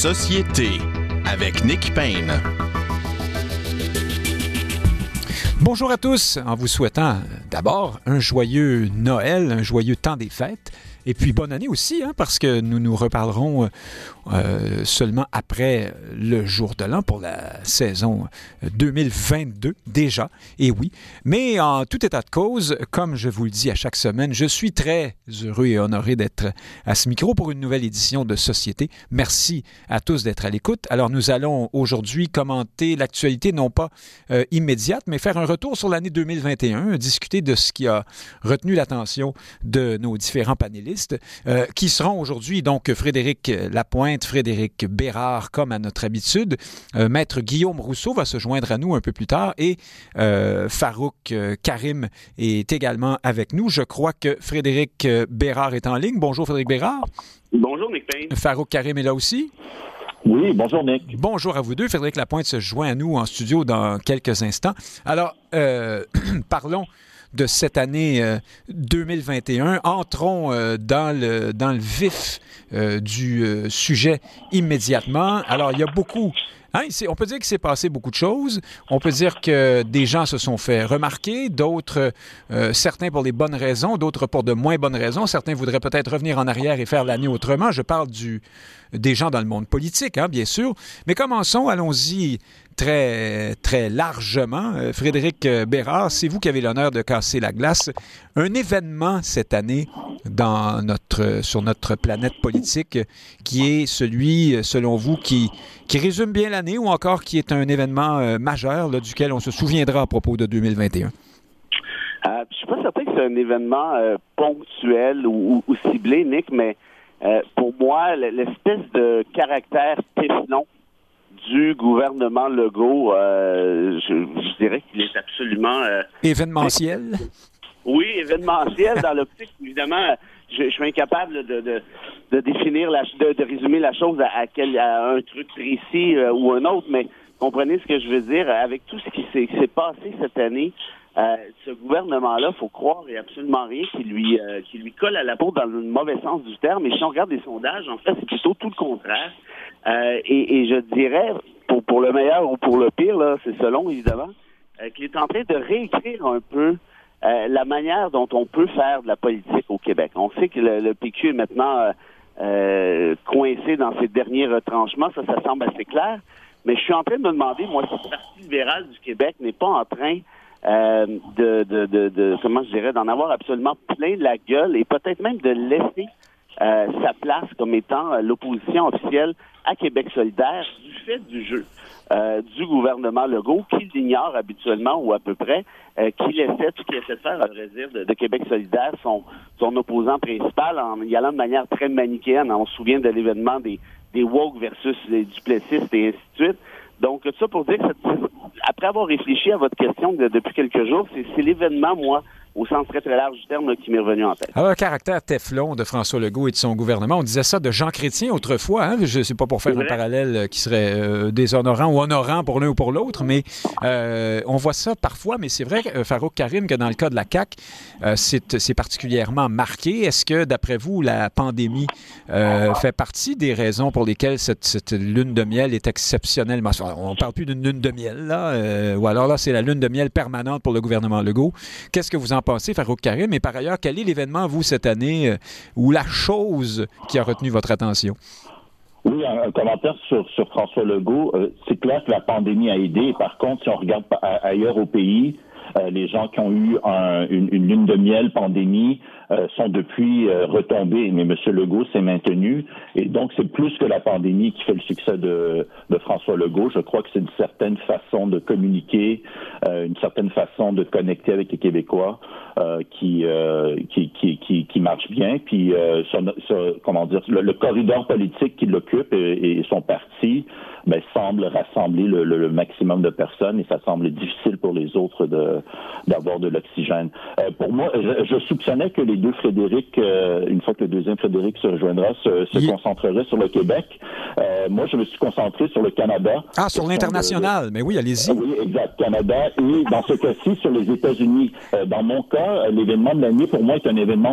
Société avec Nick Payne. Bonjour à tous, en vous souhaitant d'abord un joyeux Noël, un joyeux temps des fêtes. Et puis bonne année aussi, parce que nous nous reparlerons seulement après le jour de l'an pour la saison 2022 déjà, et oui. Mais en tout état de cause, comme je vous le dis à chaque semaine, je suis très heureux et honoré d'être à ce micro pour une nouvelle édition de Société. Merci à tous d'être à l'écoute. Alors nous allons aujourd'hui commenter l'actualité, non pas immédiate, mais faire un retour sur l'année 2021, discuter de ce qui a retenu l'attention de nos différents panélistes. Qui seront aujourd'hui donc Frédéric Lapointe, Frédéric Bérard, comme à notre habitude. Maître Guillaume Rousseau va se joindre à nous un peu plus tard et Farouk Karim est également avec nous. Je crois que Frédéric Bérard est en ligne. Bonjour Frédéric Bérard. Bonjour Nick Payne. Farouk Karim est là aussi. Oui, bonjour Nick. Bonjour à vous deux. Frédéric Lapointe se joint à nous en studio dans quelques instants. Alors, parlons de cette année 2021. Entrons dans le vif du sujet immédiatement. Alors, il y a beaucoup... on peut dire qu'il s'est passé beaucoup de choses. On peut dire que des gens se sont fait remarquer, d'autres, certains pour les bonnes raisons, d'autres pour de moins bonnes raisons. Certains voudraient peut-être revenir en arrière et faire l'année autrement. Je parle des gens dans le monde politique, bien sûr. Mais commençons, allons-y très, très largement. Frédéric Bérard, c'est vous qui avez l'honneur de casser la glace. Un événement cette année sur notre planète politique qui est celui, selon vous, qui résume bien l'année ou encore qui est un événement majeur duquel on se souviendra à propos de 2021? Je ne suis pas certain que c'est un événement ponctuel ou ciblé, Nick, mais pour moi, l'espèce de caractère téflon du gouvernement Legault, je dirais qu'il est absolument... événementiel? Oui, événementiel, dans l'optique, évidemment, je suis incapable de définir, de résumer la chose à un truc précis ou un autre, mais comprenez ce que je veux dire. Avec tout ce qui s'est passé cette année, ce gouvernement-là, il faut croire, il n'y a absolument rien qui lui colle à la peau dans le mauvais sens du terme. Et si on regarde les sondages, en fait, c'est plutôt tout le contraire. Et je dirais, pour le meilleur ou pour le pire, là, c'est selon, évidemment, qu'il est en train de réécrire un peu la manière dont on peut faire de la politique au Québec. On sait que le PQ est maintenant coincé dans ses derniers retranchements, ça semble assez clair, mais je suis en train de me demander, moi, si le Parti libéral du Québec n'est pas en train comment je dirais, d'en avoir absolument plein la gueule et peut-être même de laisser sa place comme étant l'opposition officielle à Québec solidaire du fait du jeu du gouvernement Legault, qui l'ignore habituellement ou à peu près, qui essaie de faire, à vrai dire, de Québec solidaire son opposant principal en y allant de manière très manichéenne. On se souvient de l'événement des woke versus les duplessistes et ainsi de suite. Donc, tout ça pour dire que après avoir réfléchi à votre question depuis quelques jours, c'est l'événement, moi, au sens très, très large du terme, qui m'est revenu en tête. Alors, un caractère téflon de François Legault et de son gouvernement. On disait ça de Jean Chrétien autrefois. Je ne sais pas pour faire un parallèle qui serait déshonorant ou honorant pour l'un ou pour l'autre, mais on voit ça parfois. Mais c'est vrai, Farouk Karim, que dans le cas de la CAQ, c'est particulièrement marqué. Est-ce que, d'après vous, la pandémie fait partie des raisons pour lesquelles cette lune de miel est exceptionnellement... On ne parle plus d'une lune de miel, là. Ou alors là, c'est la lune de miel permanente pour le gouvernement Legault. Qu'est-ce que vous en pensez, Farouk Karim? Et par ailleurs, quel est l'événement, vous, cette année, ou la chose qui a retenu votre attention? Oui, un commentaire sur François Legault. C'est clair que la pandémie a aidé. Par contre, si on regarde ailleurs au pays, les gens qui ont eu une lune de miel pandémie sont depuis retombés, mais M. Legault s'est maintenu. Et donc, c'est plus que la pandémie qui fait le succès de François Legault. Je crois que c'est une certaine façon de communiquer, une certaine façon de connecter avec les Québécois qui marche bien. Puis, le corridor politique qui l'occupe et son parti semble rassembler le maximum de personnes et ça semble difficile pour les autres d'avoir de l'oxygène. Pour moi, je soupçonnais que les deux Frédéric, une fois que le deuxième Frédéric se rejoindra, se concentrerait sur le Québec. Moi, je me suis concentré sur le Canada. Ah, sur l'international, mais oui, allez-y. Oui, exact, Canada, et dans ce cas-ci, sur les États-Unis. Dans mon cas, l'événement de l'année, pour moi, est un événement ponctuel.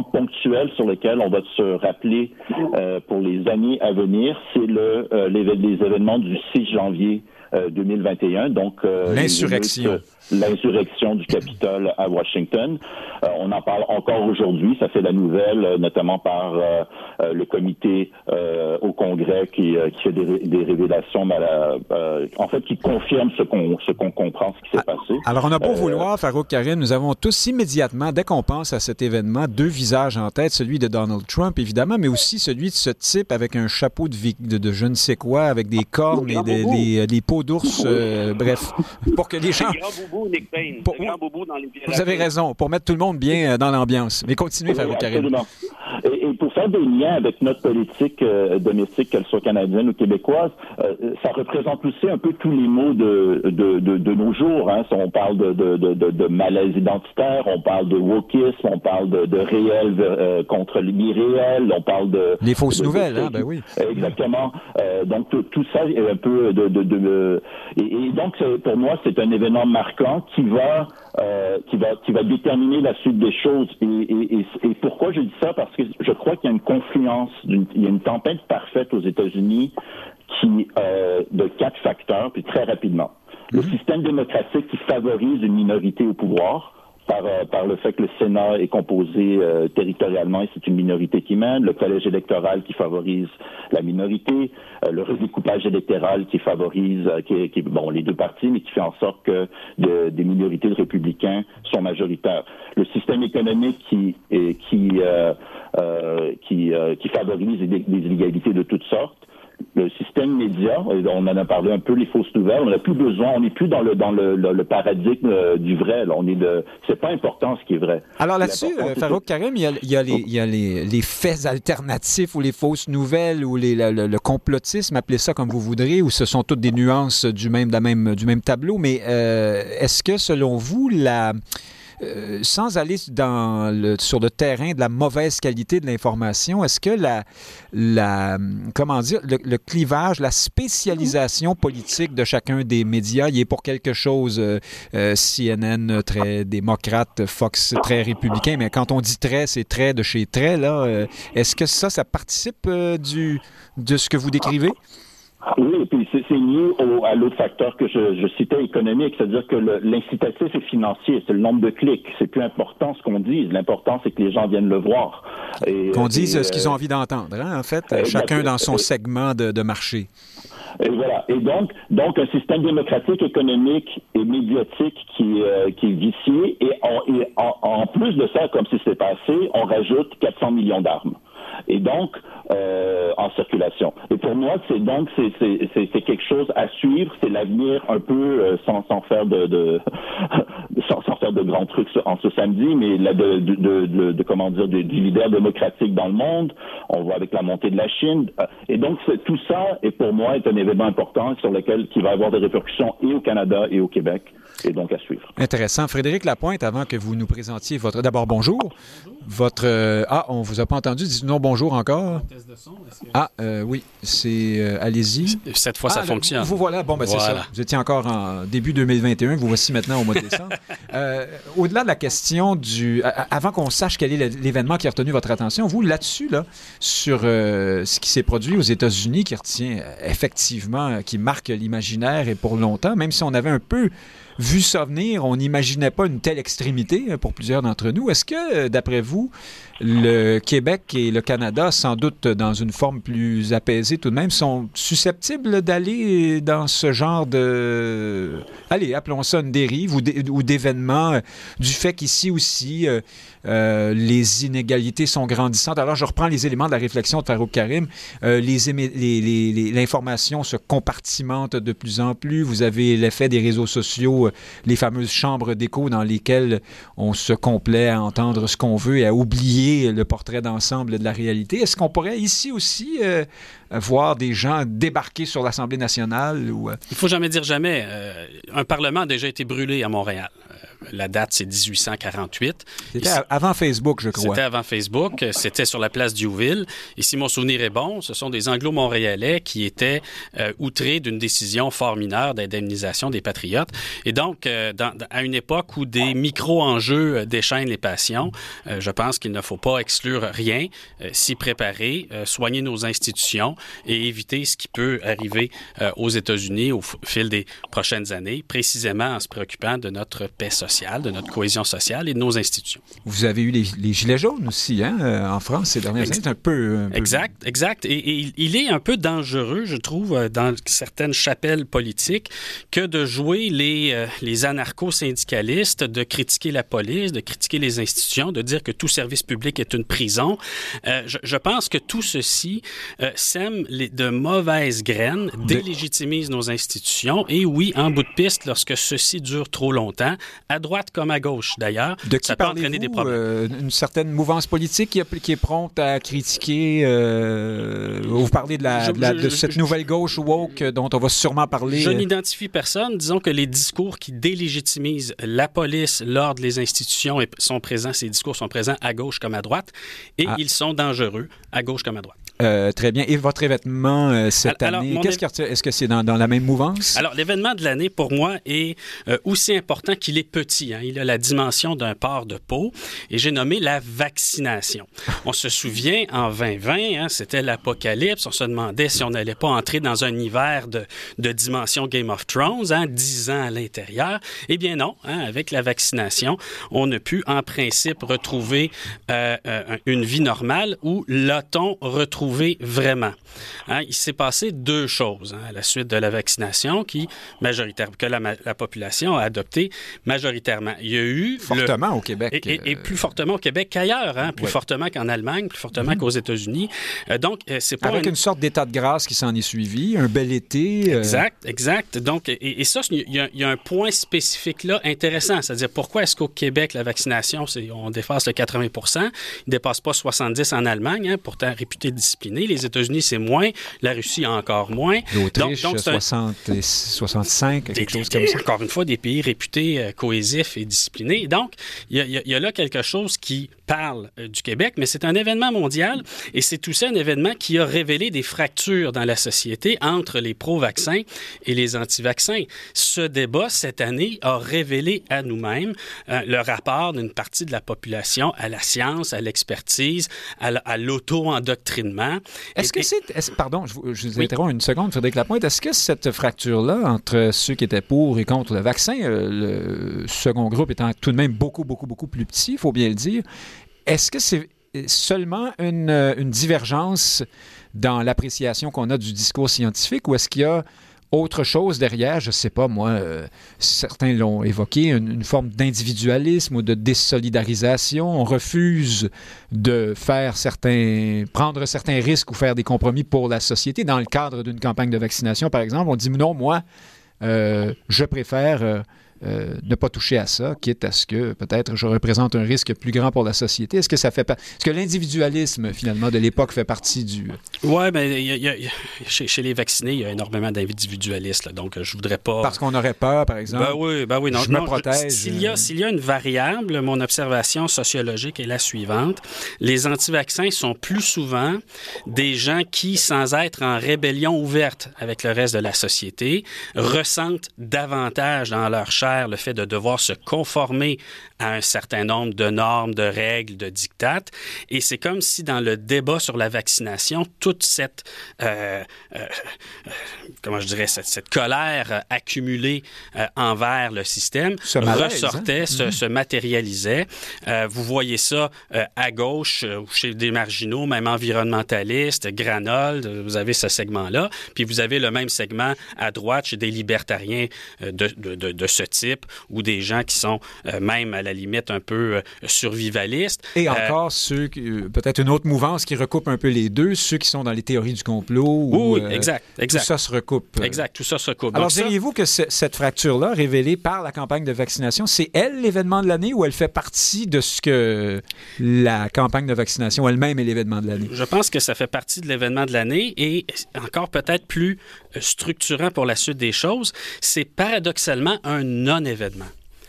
rituel sur lequel on va se rappeler pour les années à venir, c'est les événements du 6 janvier 2021, donc l'insurrection du Capitole à Washington. On en parle encore aujourd'hui, ça fait la nouvelle, notamment par le comité au Congrès qui fait des révélations, en fait, qui confirme ce qu'on comprend, ce qui s'est passé. Alors, on a beau vouloir, Farouk Karim, nous avons tous immédiatement, dès qu'on pense à cet événement, deux visages en tête, celui de Donald Trump, évidemment, mais aussi celui de ce type avec un chapeau de je ne sais quoi, avec des cornes et des peaux d'ours, bref, pour que les gens... C'est grand boubou, Nick Payne. C'est grand boubou dans les Vous avez raison, pour mettre tout le monde bien dans l'ambiance. Mais continuez, Farouk Karim. Absolument. Et pour faire des liens avec notre politique domestique, qu'elle soit canadienne ou québécoise, ça représente aussi un peu tous les mots de nos jours. Hein. On parle de malaise identitaire, on parle de wokisme, on parle de réel contre l'irréel, on parle de... Les fausses nouvelles, ben oui. Exactement. Donc tout ça est un peu et donc pour moi c'est un événement marquant qui va déterminer la suite des choses. Et pourquoi je dis ça? Parce que je crois qu'il y a une confluence, il y a une tempête parfaite aux États-Unis de 4 facteurs, puis très rapidement. Le système démocratique qui favorise une minorité au pouvoir, par le fait que le Sénat est composé territorialement et c'est une minorité qui mène, le collège électoral qui favorise la minorité, le redécoupage électoral qui favorise, les deux partis, mais qui fait en sorte que des minorités de républicains sont majoritaires. Le système économique qui favorise des inégalités de toutes sortes. Le système média, on en a parlé un peu, les fausses nouvelles, on n'a plus besoin, on n'est plus dans le paradigme du vrai. Là. C'est pas important ce qui est vrai. Alors là-dessus, Farouk Karim, il y a les faits alternatifs ou les fausses nouvelles ou le complotisme, appelez ça comme vous voudrez, ou ce sont toutes des nuances du même tableau. Mais est-ce que, selon vous, sans aller sur le terrain de la mauvaise qualité de l'information, est-ce que le clivage, la spécialisation politique de chacun des médias, il est pour quelque chose, CNN très démocrate, Fox très républicain, mais quand on dit très, c'est très de chez très, là, est-ce que ça participe de ce que vous décrivez? Oui, et puis c'est lié à l'autre facteur que je citais, économique, c'est-à-dire que l'incitatif est financier, c'est le nombre de clics. C'est plus important ce qu'on dise, l'important c'est que les gens viennent le voir. Qu'on dise ce qu'ils ont envie d'entendre, hein, en fait, chacun dans son segment de marché. Et voilà. Et donc un système démocratique, économique et médiatique qui est vicié, et en plus de ça, comme si c'était passé, on rajoute 400 millions d'armes. Et donc, en circulation. Et pour moi, c'est quelque chose à suivre, c'est l'avenir un peu sans faire sans faire de grands trucs en ce samedi, mais du leader démocratique dans le monde. On voit avec la montée de la Chine. Et donc, tout ça, pour moi, est un événement important qui va avoir des répercussions et au Canada et au Québec. Et donc à suivre. Intéressant. Frédéric Lapointe, avant que vous nous présentiez d'abord, bonjour. On vous a pas entendu. Dites non, bonjour encore. Test de son, oui, allez-y. Cette fois, ça fonctionne. Vous voilà. Bon, c'est ça. Vous étiez encore en début 2021. Vous voici maintenant au mois de décembre. Au-delà de la question avant qu'on sache quel est l'événement qui a retenu votre attention, vous, là-dessus, sur ce qui s'est produit aux États-Unis, qui retient effectivement, qui marque l'imaginaire et pour longtemps, même si on avait un peu vu ça venir, on n'imaginait pas une telle extrémité pour plusieurs d'entre nous. Est-ce que, d'après vous, le Québec et le Canada, sans doute dans une forme plus apaisée tout de même, sont susceptibles d'aller dans ce genre appelons ça une dérive ou d'événements, du fait qu'ici aussi, les inégalités sont grandissantes. Alors, je reprends les éléments de la réflexion de Farouk Karim. L'information se compartimente de plus en plus. Vous avez l'effet des réseaux sociaux, les fameuses chambres d'écho dans lesquelles on se complaît à entendre ce qu'on veut et à oublier le portrait d'ensemble de la réalité. Est-ce qu'on pourrait ici aussi voir des gens débarquer sur l'Assemblée nationale? Il ne faut jamais dire jamais. Un Parlement a déjà été brûlé à Montréal. la date, c'est 1848. C'était avant Facebook, je crois. C'était avant Facebook. C'était sur la place Diouville. Et si mon souvenir est bon, ce sont des Anglo-Montréalais qui étaient outrés d'une décision fort mineure d'indemnisation des Patriotes. Et donc, à une époque où des micro-enjeux déchaînent les passions, je pense qu'il ne faut pas exclure rien, s'y préparer, soigner nos institutions et éviter ce qui peut arriver aux États-Unis au fil des prochaines années, précisément en se préoccupant de notre paix sociale, de notre cohésion sociale et de nos institutions. Vous avez eu les Gilets jaunes aussi, en France ces dernières années. C'est un peu... Exact. Et il est un peu dangereux, je trouve, dans certaines chapelles politiques, que de jouer les anarcho-syndicalistes, de critiquer la police, de critiquer les institutions, de dire que tout service public est une prison. Je pense que tout ceci sème de mauvaises graines, délégitimise nos institutions et oui, en bout de piste, lorsque ceci dure trop longtemps, à droite comme à gauche d'ailleurs, ça peut entraîner des problèmes. Une certaine mouvance politique qui est prompte à critiquer, vous parlez de cette nouvelle gauche woke dont on va sûrement parler. Je n'identifie personne. Disons que les discours qui délégitimisent la police, l'ordre, les institutions sont présents, ces discours sont présents à gauche comme à droite et ils sont dangereux à gauche comme à droite. Très bien. Et votre événement cette année, est-ce que c'est dans la même mouvance? Alors, l'événement de l'année, pour moi, est aussi important qu'il est petit. Il a la dimension d'un port de peau et j'ai nommé la vaccination. On se souvient, en 2020, c'était l'apocalypse. On se demandait si on n'allait pas entrer dans un hiver de dimension Game of Thrones, 10 ans à l'intérieur. Eh bien non, avec la vaccination, on a pu, en principe, retrouver une vie normale où l'a-t-on retrouvé vraiment. Il s'est passé deux choses à la suite de la vaccination que la population a adopté majoritairement. Il y a eu... Fortement au Québec. Et plus fortement au Québec qu'ailleurs, plus fortement qu'en Allemagne, plus fortement qu'aux États-Unis. Donc, c'est pas... Avec une sorte d'état de grâce qui s'en est suivi, un bel été. Exact. Donc, et ça, il y a un point spécifique là intéressant, c'est-à-dire pourquoi est-ce qu'au Québec, la vaccination, on dépasse le 80 %, il ne dépasse pas 70 en Allemagne, pourtant réputé discipliné. Les États-Unis, c'est moins. La Russie, encore moins. L'Autriche, 65, quelque chose comme ça. Encore une fois, des pays réputés cohésifs et disciplinés. Donc, il y a là quelque chose qui parle du Québec, mais c'est un événement mondial et c'est aussi un événement qui a révélé des fractures dans la société entre les pro-vaccins et les anti-vaccins. Ce débat, cette année, a révélé à nous-mêmes le rapport d'une partie de la population à la science, à l'expertise, à l'auto-endoctrinement. Pardon, je vous interromps une seconde, Frédéric Lapointe. Est-ce que cette fracture-là entre ceux qui étaient pour et contre le vaccin, le second groupe étant tout de même beaucoup plus petit, il faut bien le dire, est-ce que c'est seulement une divergence dans l'appréciation qu'on a du discours scientifique ou est-ce qu'il y a autre chose derrière, je ne sais pas, moi, certains l'ont évoqué, une forme d'individualisme ou de désolidarisation. On refuse de prendre certains risques ou faire des compromis pour la société. Dans le cadre d'une campagne de vaccination, par exemple, on dit non, moi, je préfère ne pas toucher à ça, quitte à ce que peut-être je représente un risque plus grand pour la société. Est-ce que l'individualisme, finalement, de l'époque fait partie du... Oui, bien, chez les vaccinés, il y a énormément d'individualistes, là, donc je voudrais pas... Parce qu'on aurait peur, par exemple? Ben oui, non, je me protège. S'il y a une variable, mon observation sociologique est la suivante. Les anti-vaccins sont plus souvent des gens qui, sans être en rébellion ouverte avec le reste de la société, ressentent davantage dans leur chair le fait de devoir se conformer à un certain nombre de normes, de règles, de dictates. Et c'est comme si dans le débat sur la vaccination, toute cette, cette colère accumulée envers le système ressortait, se matérialisait. Vous voyez ça à gauche, chez des marginaux, même environnementalistes, Granold, vous avez ce segment-là. Puis vous avez le même segment à droite chez des libertariens de ce type ou des gens qui sont même à la limite un peu survivalistes. Et encore ceux, peut-être une autre mouvance qui recoupe un peu les deux, ceux qui sont dans les théories du complot. Oui, exact. Tout ça se recoupe. Exact, tout ça se recoupe. Alors, diriez-vous que cette fracture-là, révélée par la campagne de vaccination, c'est elle l'événement de l'année ou elle fait partie de ce que la campagne de vaccination elle-même est l'événement de l'année? Je pense que ça fait partie de l'événement de l'année et encore peut-être plus structurant pour la suite des choses, c'est paradoxalement un non-événement.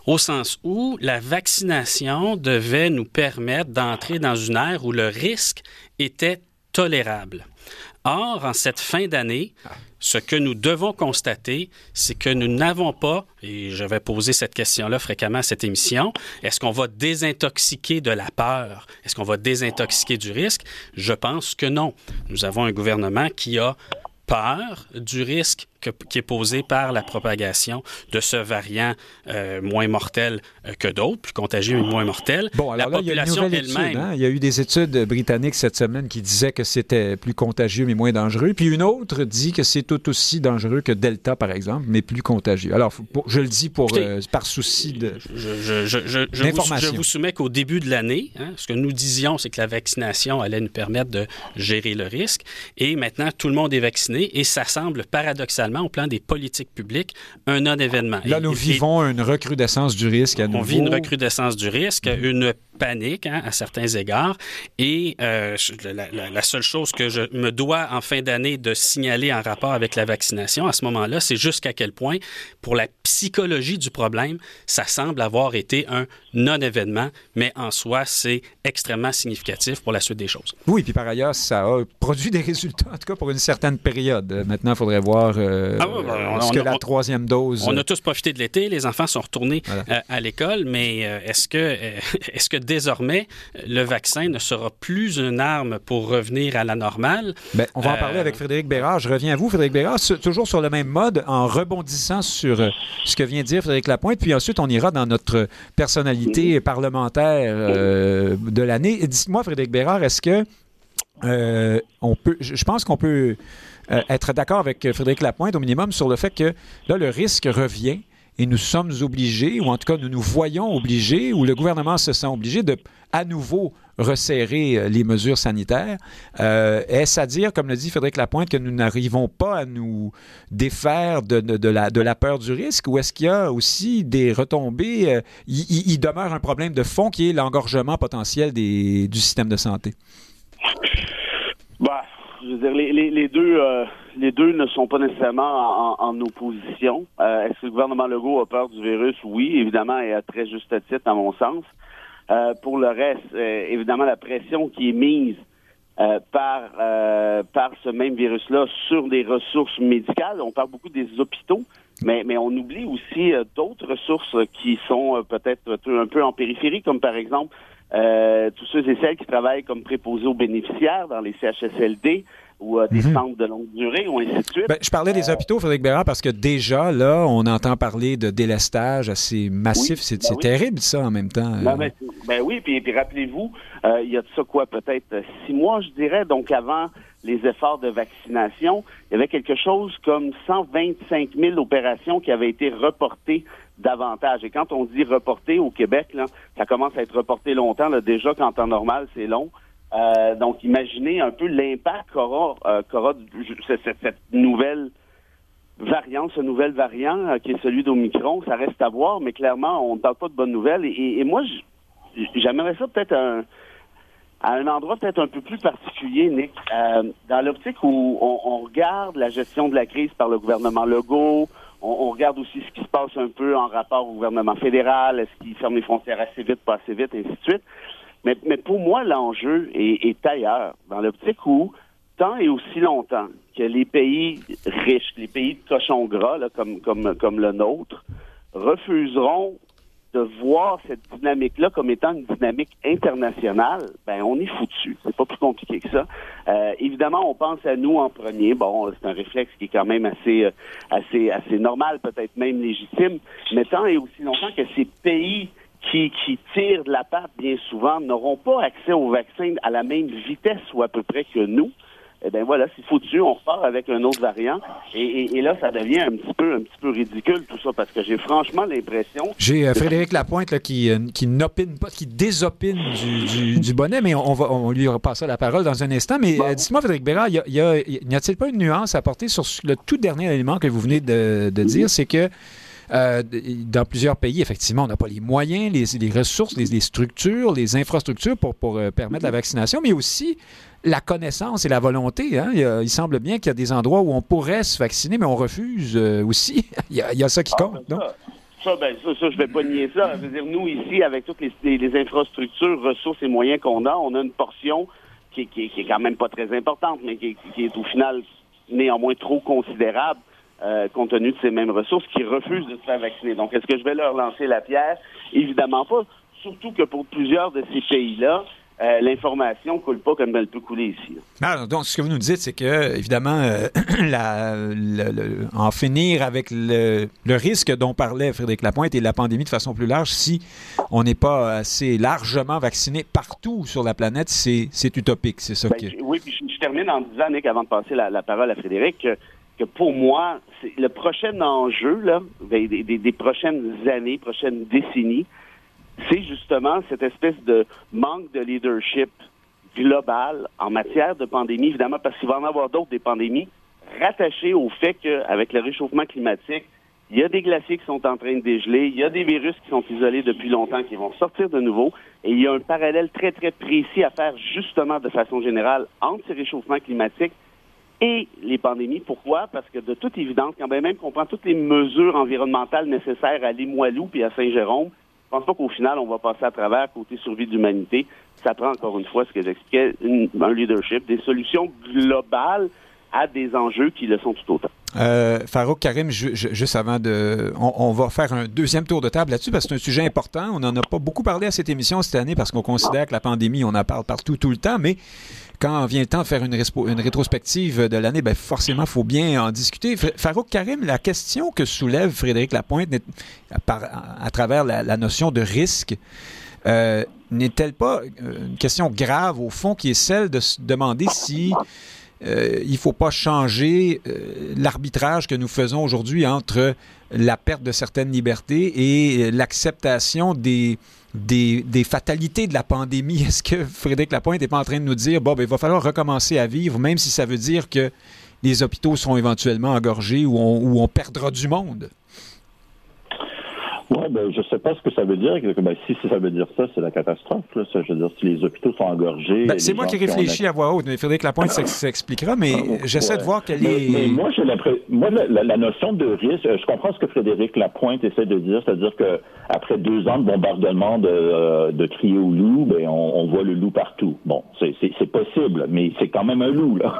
au sens où la vaccination devait nous permettre d'entrer dans une ère où le risque était tolérable. Or, en cette fin d'année, ce que nous devons constater, c'est que nous n'avons pas, et je vais poser cette question-là fréquemment à cette émission, est-ce qu'on va désintoxiquer de la peur? Est-ce qu'on va désintoxiquer du risque? Je pense que non. Nous avons un gouvernement qui a peur du risque qui est posé par la propagation de ce variant moins mortel que d'autres, plus contagieux mais moins mortel. Bon, alors là, il y a une nouvelle étude. Hein? Il y a eu des études britanniques cette semaine qui disaient que c'était plus contagieux mais moins dangereux. Puis une autre dit que c'est tout aussi dangereux que Delta, par exemple, mais plus contagieux. Alors, je le dis par souci d'information. Je vous soumets qu'au début de l'année, ce que nous disions, c'est que la vaccination allait nous permettre de gérer le risque. Et maintenant, tout le monde est vacciné et ça semble paradoxalement, au plan des politiques publiques, un non-événement. Là, nous vivons une recrudescence du risque à nouveau. On vit une recrudescence du risque, une panique à certains égards. Et la seule chose que je me dois en fin d'année de signaler en rapport avec la vaccination à ce moment-là, c'est jusqu'à quel point, pour la psychologie du problème, ça semble avoir été un non-événement, mais en soi, c'est extrêmement significatif pour la suite des choses. Oui, puis par ailleurs, ça a produit des résultats, en tout cas pour une certaine période. Maintenant, il faudrait voir la troisième dose... On a tous profité de l'été, les enfants sont retournés à l'école, mais est-ce que désormais, le vaccin ne sera plus une arme pour revenir à la normale? Bien, on va en parler avec Frédéric Bérard. Je reviens à vous, Frédéric Bérard, toujours sur le même mode, en rebondissant sur ce que vient de dire Frédéric Lapointe, puis ensuite, on ira dans notre personnalité parlementaire de l'année. Dites-moi, Frédéric Bérard, est-ce que je pense qu'on peut être d'accord avec Frédéric Lapointe, au minimum, sur le fait que là, le risque revient. Et nous sommes obligés, ou en tout cas, nous nous voyons obligés, ou le gouvernement se sent obligé de, à nouveau, resserrer les mesures sanitaires. Est-ce à dire, comme le dit Frédéric Lapointe, que nous n'arrivons pas à nous défaire de la peur du risque, ou est-ce qu'il y a aussi des retombées? Il demeure un problème de fond qui est l'engorgement potentiel du système de santé. Bah, je veux dire, les deux ne sont pas nécessairement en opposition. Est-ce que le gouvernement Legault a peur du virus? Oui, évidemment, et à très juste titre, à mon sens. Pour le reste, évidemment, la pression qui est mise par ce même virus-là sur des ressources médicales. On parle beaucoup des hôpitaux, mais on oublie aussi d'autres ressources qui sont peut-être un peu en périphérie, comme par exemple tous ceux et celles qui travaillent comme préposés aux bénéficiaires dans les CHSLD ou des centres de longue durée, ou ainsi de suite. Je parlais des hôpitaux, Frédéric Bérard, parce que déjà, là, on entend parler de délestage assez massif. Oui, c'est terrible, ça, en même temps. Oui, puis rappelez-vous, il y a de ça, peut-être 6 mois, je dirais, donc avant les efforts de vaccination, il y avait quelque chose comme 125 000 opérations qui avaient été reportées davantage. Et quand on dit reporté au Québec, là, ça commence à être reporté longtemps. Là, déjà qu'en temps normal, c'est long. Donc, imaginez un peu l'impact qu'aura cette nouvelle variante, ce nouvel variant qui est celui d'Omicron. Ça reste à voir, mais clairement, on ne parle pas de bonnes nouvelles. Et moi, j'aimerais ça peut-être à un endroit peut-être un peu plus particulier, Nick, dans l'optique où on regarde la gestion de la crise par le gouvernement Legault. On regarde aussi ce qui se passe un peu en rapport au gouvernement fédéral. Est-ce qu'il ferme les frontières assez vite, pas assez vite, et ainsi de suite. Mais pour moi, l'enjeu est ailleurs, dans l'optique où, tant et aussi longtemps que les pays riches, les pays de cochons gras, là, comme le nôtre, refuseront de voir cette dynamique-là comme étant une dynamique internationale, on est foutu. C'est pas plus compliqué que ça. Évidemment, on pense à nous en premier. Bon, c'est un réflexe qui est quand même assez normal, peut-être même légitime. Mais tant et aussi longtemps que ces pays qui tirent de la patte bien souvent n'auront pas accès au vaccin à la même vitesse ou à peu près que nous, voilà, c'est foutu, on repart avec un autre variant. Et là, ça devient un petit peu ridicule tout ça, parce que j'ai franchement l'impression... J'ai Frédéric Lapointe là, qui n'opine pas, qui désopine du bonnet, mais on lui repassera la parole dans un instant. Mais dites-moi, Frédéric Bérard, n'y a-t-il pas une nuance à apporter sur le tout dernier élément que vous venez de dire, c'est que dans plusieurs pays, effectivement, on n'a pas les moyens, les ressources, les structures, les infrastructures pour permettre la vaccination, mais aussi la connaissance et la volonté. Hein? Il semble bien qu'il y a des endroits où on pourrait se vacciner, mais on refuse aussi. Il y a ça qui compte, non? Ça, je vais pas nier ça. Je veux dire, nous, ici, avec toutes les infrastructures, ressources et moyens qu'on a, on a une portion qui est quand même pas très importante, mais qui est au final néanmoins trop considérable compte tenu de ces mêmes ressources, qui refusent de se faire vacciner. Donc, est-ce que je vais leur lancer la pierre? Évidemment pas. Surtout que pour plusieurs de ces pays-là, l'information coule pas comme elle peut couler ici. Alors, donc, ce que vous nous dites, c'est que, évidemment, en finir avec le risque dont parlait Frédéric Lapointe et la pandémie de façon plus large, si on n'est pas assez largement vacciné partout sur la planète, c'est utopique. C'est ça Oui, puis je termine en disant, Nick, avant de passer la parole à Frédéric, que pour moi, c'est le prochain enjeu là, des prochaines années, prochaines décennies, c'est justement cette espèce de manque de leadership global en matière de pandémie, évidemment, parce qu'il va en avoir d'autres des pandémies, rattachées au fait qu'avec le réchauffement climatique, il y a des glaciers qui sont en train de dégeler, il y a des virus qui sont isolés depuis longtemps, qui vont sortir de nouveau, et il y a un parallèle très, très précis à faire justement de façon générale entre ces réchauffements climatiques et les pandémies. Pourquoi? Parce que de toute évidence, quand même qu'on prend toutes les mesures environnementales nécessaires à Limoilou et à Saint-Jérôme, je pense pas qu'au final, on va passer à travers côté survie de l'humanité. Ça prend encore une fois ce que j'expliquais, un leadership, des solutions globales à des enjeux qui le sont tout autant. Farouk Karim, juste avant on va faire un deuxième tour de table là-dessus parce que c'est un sujet important. On n'en a pas beaucoup parlé à cette émission cette année parce qu'on considère que la pandémie, on en parle partout tout le temps, mais quand vient le temps de faire une rétrospective de l'année, forcément, il faut bien en discuter. Farouk Karim, la question que soulève Frédéric Lapointe à travers la notion de risque, n'est-elle pas une question grave, au fond, qui est celle de se demander si il ne faut pas changer l'arbitrage que nous faisons aujourd'hui entre la perte de certaines libertés et l'acceptation des fatalités de la pandémie? Est-ce que Frédéric Lapointe n'est pas en train de nous dire il va falloir recommencer à vivre, même si ça veut dire que les hôpitaux seront éventuellement engorgés ou on perdra du monde? Oui, je sais pas ce que ça veut dire. Si ça veut dire ça, c'est la catastrophe. Là. Ça, je veux dire, si les hôpitaux sont engorgés... c'est moi qui réfléchis à voix haute. Frédéric Lapointe s'expliquera, mais j'essaie de voir quelle est... Mais moi, la notion de risque, je comprends ce que Frédéric Lapointe essaie de dire, c'est-à-dire que après 2 ans de bombardement de crier au loup, on voit le loup partout. Bon, c'est possible, mais c'est quand même un loup, là.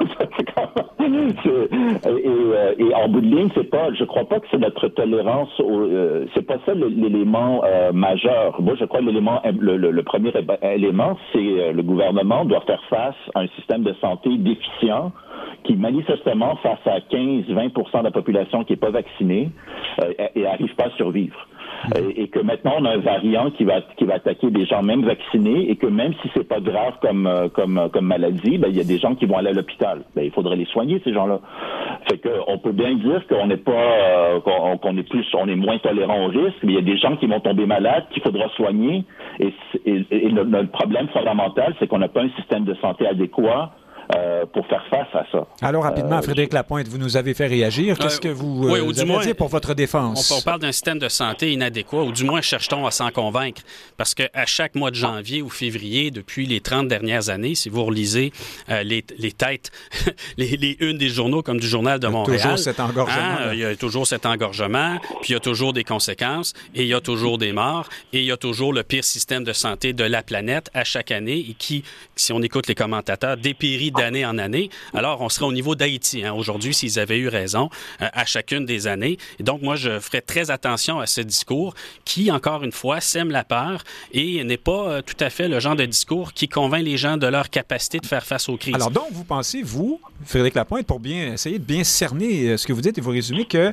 Et en bout de ligne, je crois pas que c'est notre tolérance c'est pas ça l'élément majeur. Moi, je crois que le premier élément, c'est le gouvernement doit faire face à un système de santé déficient qui, manifestement, face à 15-20% de la population qui n'est pas vaccinée, et n'arrive pas à survivre. Et que maintenant, on a un variant qui va attaquer des gens même vaccinés et que même si c'est pas grave comme maladie, il y a des gens qui vont aller à l'hôpital. Il faudrait les soigner, ces gens-là. Fait que on peut bien dire qu'on n'est pas qu'on est moins tolérant au risque, mais il y a des gens qui vont tomber malades, qu'il faudra soigner. Et notre problème fondamental, c'est qu'on n'a pas un système de santé adéquat pour faire face à ça. Alors, rapidement, Frédéric Lapointe, vous nous avez fait réagir. Qu'est-ce que vous avez à dire pour votre défense? On parle d'un système de santé inadéquat, ou du moins cherche-t-on à s'en convaincre. Parce qu'à chaque mois de janvier ou février, depuis les 30 dernières années, si vous relisez les têtes, les unes des journaux comme du Journal de Montréal... Toujours cet engorgement. Il y a toujours cet engorgement, puis il y a toujours des conséquences, et il y a toujours des morts, et il y a toujours le pire système de santé de la planète à chaque année, et qui, si on écoute les commentateurs, dépérit d'année en année. Alors, on serait au niveau d'Haïti, aujourd'hui, s'ils avaient eu raison à chacune des années. Et donc, moi, je ferais très attention à ce discours qui, encore une fois, sème la peur et n'est pas tout à fait le genre de discours qui convainc les gens de leur capacité de faire face aux crises. Alors, donc, vous pensez, vous, Frédéric Lapointe, pour essayer de bien cerner ce que vous dites et vous résumer que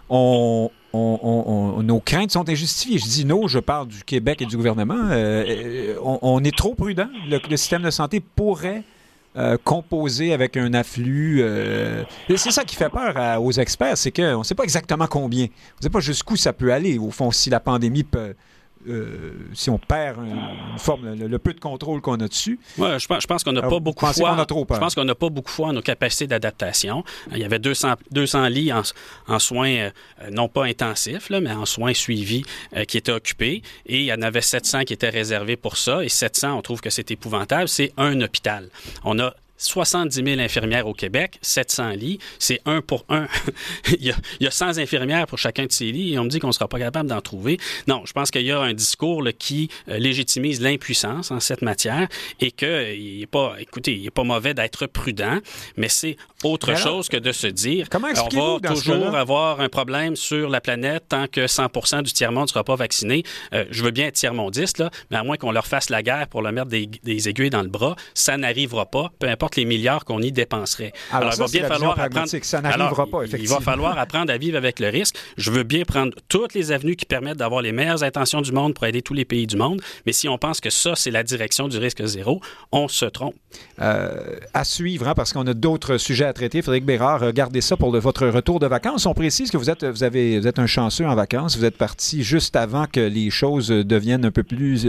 nos craintes sont injustifiées. Je dis je parle du Québec et du gouvernement. On est trop prudent. Le système de santé pourrait composer avec un afflux. C'est ça qui fait peur aux experts, c'est qu'on ne sait pas exactement combien. On ne sait pas jusqu'où ça peut aller. Au fond, si la pandémie peut... si on perd une forme, le peu de contrôle qu'on a dessus. Oui, je pense qu'on n'a pas beaucoup foi. Je pense qu'on n'a pas beaucoup foi en nos capacités d'adaptation. Il y avait 200 lits en soins, non pas intensifs, mais en soins suivis qui étaient occupés. Et il y en avait 700 qui étaient réservés pour ça. Et 700, on trouve que c'est épouvantable. C'est un hôpital. On a 70 000 infirmières au Québec, 700 lits, c'est 1 pour 1. il y a 100 infirmières pour chacun de ces lits et on me dit qu'on ne sera pas capable d'en trouver. Non, je pense qu'il y a un discours là, qui légitimise l'impuissance en cette matière et qu'il n'est pas, écoutez, il n'est pas mauvais d'être prudent, mais c'est autre chose que de se dire on va toujours avoir un problème sur la planète tant que 100% du tiers-monde ne sera pas vacciné. Je veux bien être tiers-mondiste, là, mais à moins qu'on leur fasse la guerre pour leur mettre des aiguilles dans le bras, ça n'arrivera pas, peu importe les milliards qu'on y dépenserait. Alors il va bien falloir apprendre. Ça n'arrivera pas, effectivement. Il va falloir apprendre à vivre avec le risque. Je veux bien prendre toutes les avenues qui permettent d'avoir les meilleures intentions du monde pour aider tous les pays du monde, mais si on pense que ça, c'est la direction du risque zéro, on se trompe. À suivre, hein, parce qu'on a d'autres sujets à traiter. Frédéric Bérard, gardez ça pour votre retour de vacances. On précise que vous êtes un chanceux en vacances. Vous êtes parti juste avant que les choses deviennent un peu plus,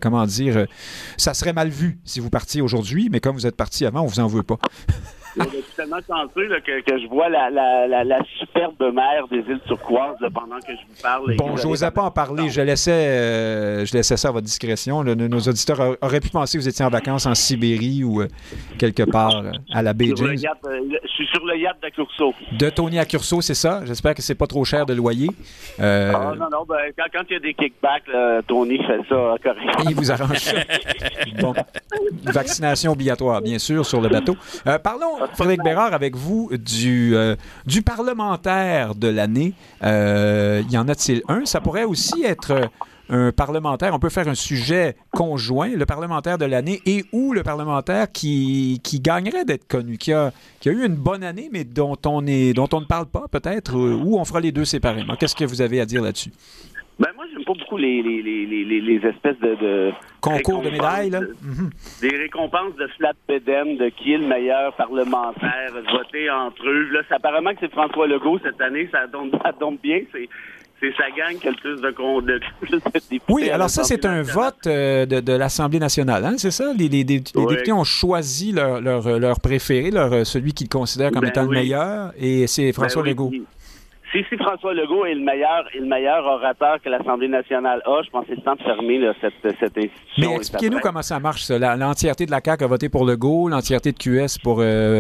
ça serait mal vu si vous partiez aujourd'hui, mais comme vous êtes parti avant, on vous en veut pas. Je suis tellement chanceux là, que je vois la superbe mer des îles Turquoises là, pendant que je vous parle. Bon, je n'osais pas en parler. Je laissais ça à votre discrétion. Là. Nos auditeurs auraient pu penser que vous étiez en vacances en Sibérie ou quelque part à la baie James. Je suis sur le yacht d'Accurso. De Tony Accurso, c'est ça? J'espère que c'est pas trop cher de loyer. Non. Quand il y a des kickbacks, là, Tony fait ça correctement. Il vous arrange ça. Bon. Vaccination obligatoire, bien sûr, sur le bateau. Parlons, Frédéric Bérard, avec vous, du parlementaire de l'année. Y en a-t-il un? Ça pourrait aussi être un parlementaire. On peut faire un sujet conjoint, le parlementaire de l'année et ou le parlementaire qui gagnerait d'être connu, qui a eu une bonne année, mais dont on ne parle pas peut-être, ou on fera les deux séparément. Qu'est-ce que vous avez à dire là-dessus? Ben moi, j'aime pas beaucoup les espèces de concours de médailles, là. Des récompenses de flat bedem, de qui est le meilleur parlementaire, voter entre eux. Là, apparemment que c'est François Legault cette année, ça tombe bien. C'est sa gang qui a le plus de députés. Oui, alors ça, c'est un vote de l'Assemblée nationale, hein, c'est ça? Les députés ont choisi leur préféré, celui qu'ils considèrent comme étant le meilleur, et c'est François Legault. Si François Legault est le meilleur orateur que l'Assemblée nationale a, je pense que c'est le temps de fermer là, cette institution. Mais expliquez-nous comment ça marche, ça. L'entièreté de la CAQ a voté pour Legault, l'entièreté de QS pour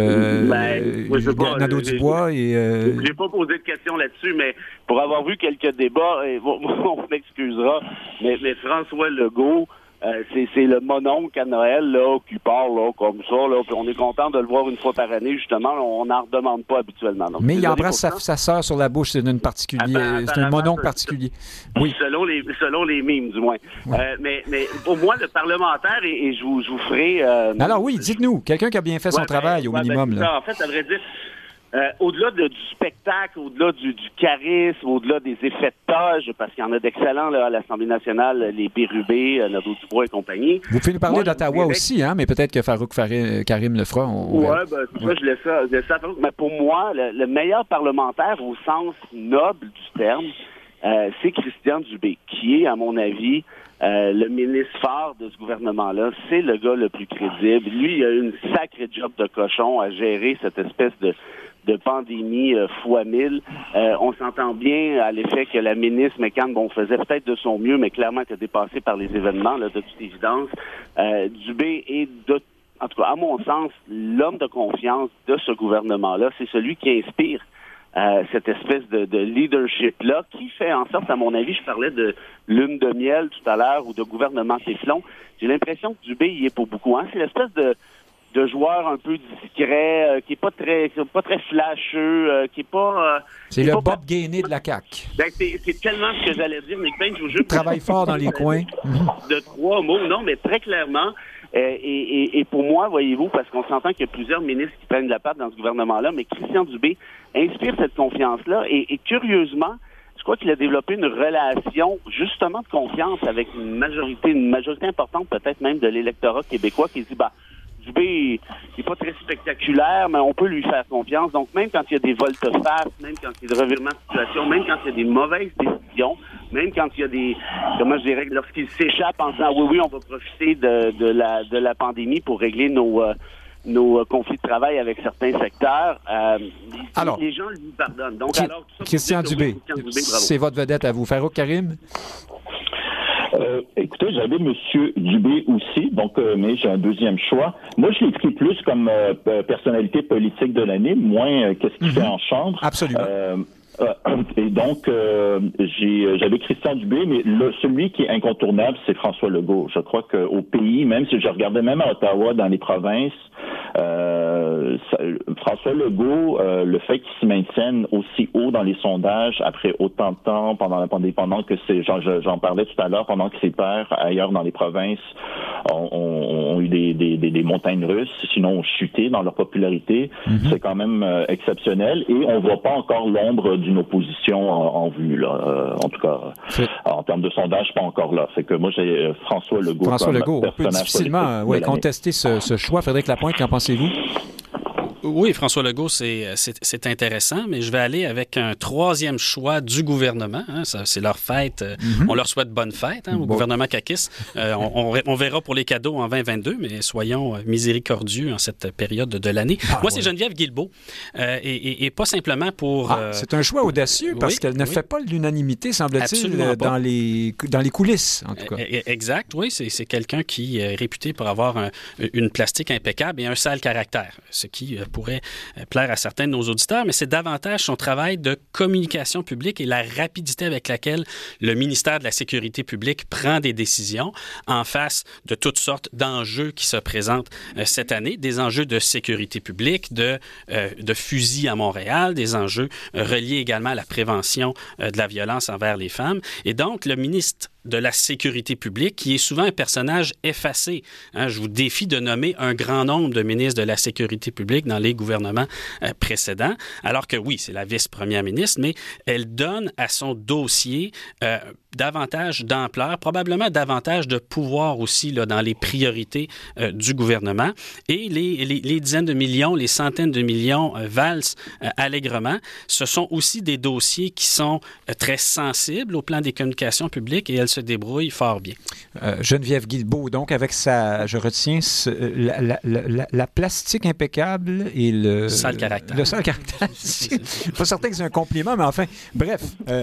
Nadeau-Dubois. Je n'ai pas posé de questions là-dessus, mais pour avoir vu quelques débats, on m'excusera, mais François Legault, c'est le mononcle à Noël là, qui parle là, comme ça. Là, puis on est content de le voir une fois par année, justement. On n'en redemande pas habituellement. Donc, mais il embrasse sa sœur sur la bouche, c'est c'est un mononcle particulier. Oui. Selon les mimes, du moins. Ouais. Mais pour moi, le parlementaire, et je vous ferai... Alors oui, dites-nous, quelqu'un qui a bien fait son travail, au minimum. Là. En fait, ça vrai dire... au-delà du spectacle, au-delà du charisme, au-delà des effets de toge, parce qu'il y en a d'excellents là, à l'Assemblée nationale, les Bérubé, Nadeau-Dubois et compagnie. Vous pouvez nous parler d'Ottawa aussi, hein, mais peut-être que Farouk Karim le fera. Je laisse ça à Farouk. Mais pour moi, le meilleur parlementaire au sens noble du terme, c'est Christian Dubé, qui est, à mon avis, le ministre phare de ce gouvernement-là. C'est le gars le plus crédible. Lui, il a une sacrée job de cochon à gérer cette espèce de pandémie fois 1000. On s'entend bien à l'effet que la ministre McCann, faisait peut-être de son mieux, mais clairement était dépassée par les événements, là, de toute évidence. Dubé est, en tout cas, à mon sens, l'homme de confiance de ce gouvernement-là. C'est celui qui inspire cette espèce de leadership-là, qui fait en sorte, à mon avis, je parlais de lune de miel tout à l'heure, ou de gouvernement téflon. J'ai l'impression que Dubé y est pour beaucoup. Hein? C'est l'espèce de joueur un peu discret, qui est pas très flasheux, qui est pas... c'est le Bob Gainé de la CAQ. Ben, c'est tellement ce que j'allais dire, Nick Payne, je vous jure... Travaille fort dans les coins. De 3 mots, non, mais très clairement. Et pour moi, voyez-vous, parce qu'on s'entend qu'il y a plusieurs ministres qui prennent la patte dans ce gouvernement-là, mais Christian Dubé inspire cette confiance-là. Et curieusement, je crois qu'il a développé une relation, justement, de confiance avec une majorité importante, peut-être même de l'électorat québécois, qui dit, Dubé, il n'est pas très spectaculaire, mais on peut lui faire confiance. Donc, même quand il y a des volte-face, même quand il y a des revirements de situation, même quand il y a des mauvaises décisions, même quand il y a des, lorsqu'il s'échappe en disant oui, on va profiter de la pandémie pour régler nos conflits de travail avec certains secteurs, les gens lui pardonnent. Donc, alors, tout ça, Christian Dubé, c'est votre vedette à vous. Farouk Karim? Écoutez, j'avais M. Dubé aussi, donc mais j'ai un deuxième choix. Moi, je l'ai pris plus comme personnalité politique de l'année, moins qu'est-ce qu'il fait en chambre. Absolument. Et donc, j'avais Christian Dubé, mais celui qui est incontournable, c'est François Legault. Je crois qu'au pays, même si je regardais même à Ottawa, dans les provinces, François Legault, le fait qu'il se maintienne aussi haut dans les sondages après autant de temps, pendant que j'en parlais tout à l'heure, pendant que ses pairs ailleurs dans les provinces ont eu des montagnes russes, sinon ont chuté dans leur popularité, c'est quand même exceptionnel. Et on voit pas encore l'ombre d'une opposition en vue, là. En tout cas, en termes de sondage, pas encore là. C'est que moi, j'ai François Legault. François Legault, on peut difficilement contester ce choix. Frédéric Lapointe, qu'en pensez-vous? Oui, François Legault, c'est intéressant, mais je vais aller avec un troisième choix du gouvernement. Hein, c'est leur fête. On leur souhaite bonne fête au gouvernement caquiste. On verra pour les cadeaux en 2022, mais soyons miséricordieux en cette période de l'année. Moi, c'est Geneviève Guilbeault. Et pas simplement pour... c'est un choix audacieux parce qu'elle ne fait pas l'unanimité, semble-t-il, dans les coulisses, en tout cas. Exact, oui. C'est quelqu'un qui est réputé pour avoir une plastique impeccable et un sale caractère, ce qui pourrait plaire à certains de nos auditeurs, mais c'est davantage son travail de communication publique et la rapidité avec laquelle le ministère de la Sécurité publique prend des décisions en face de toutes sortes d'enjeux qui se présentent cette année, des enjeux de sécurité publique, de fusils à Montréal, des enjeux reliés également à la prévention de la violence envers les femmes. Et donc, le ministre de la Sécurité publique, qui est souvent un personnage effacé. Hein, je vous défie de nommer un grand nombre de ministres de la Sécurité publique dans les gouvernements précédents, alors que oui, c'est la vice-première ministre, mais elle donne à son dossier davantage d'ampleur, probablement davantage de pouvoir aussi là, dans les priorités du gouvernement. Et les dizaines de millions, les centaines de millions valsent allègrement. Ce sont aussi des dossiers qui sont très sensibles au plan des communications publiques et elle se débrouille fort bien. Geneviève Guilbeault, donc avec je retiens la plastique impeccable et le sale caractère. Le sale caractère. Pas certain que c'est un compliment, mais enfin, bref.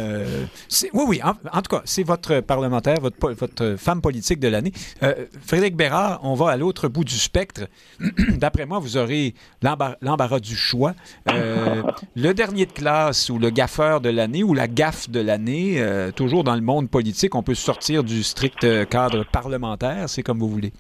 Oui, en tout cas, c'est votre parlementaire, votre femme politique de l'année. Frédéric Bérard, on va à l'autre bout du spectre. D'après moi, vous aurez l'embarras du choix. Le dernier de classe ou le gaffeur de l'année ou la gaffe de l'année, toujours dans le monde politique, on peut sortir du strict cadre parlementaire, c'est comme vous voulez.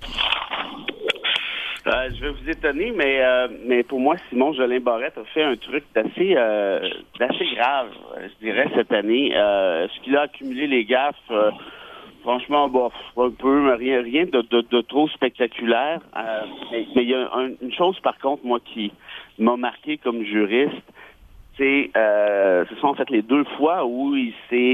Je vais vous étonner, mais pour moi, Simon Jolin Barrette a fait un truc d'assez grave, je dirais, cette année. Ce qu'il a accumulé, les gaffes, franchement, un peu, mais rien de trop spectaculaire. Mais il y a une chose, par contre, moi, qui m'a marqué comme juriste, ce sont en fait les deux fois où il s'est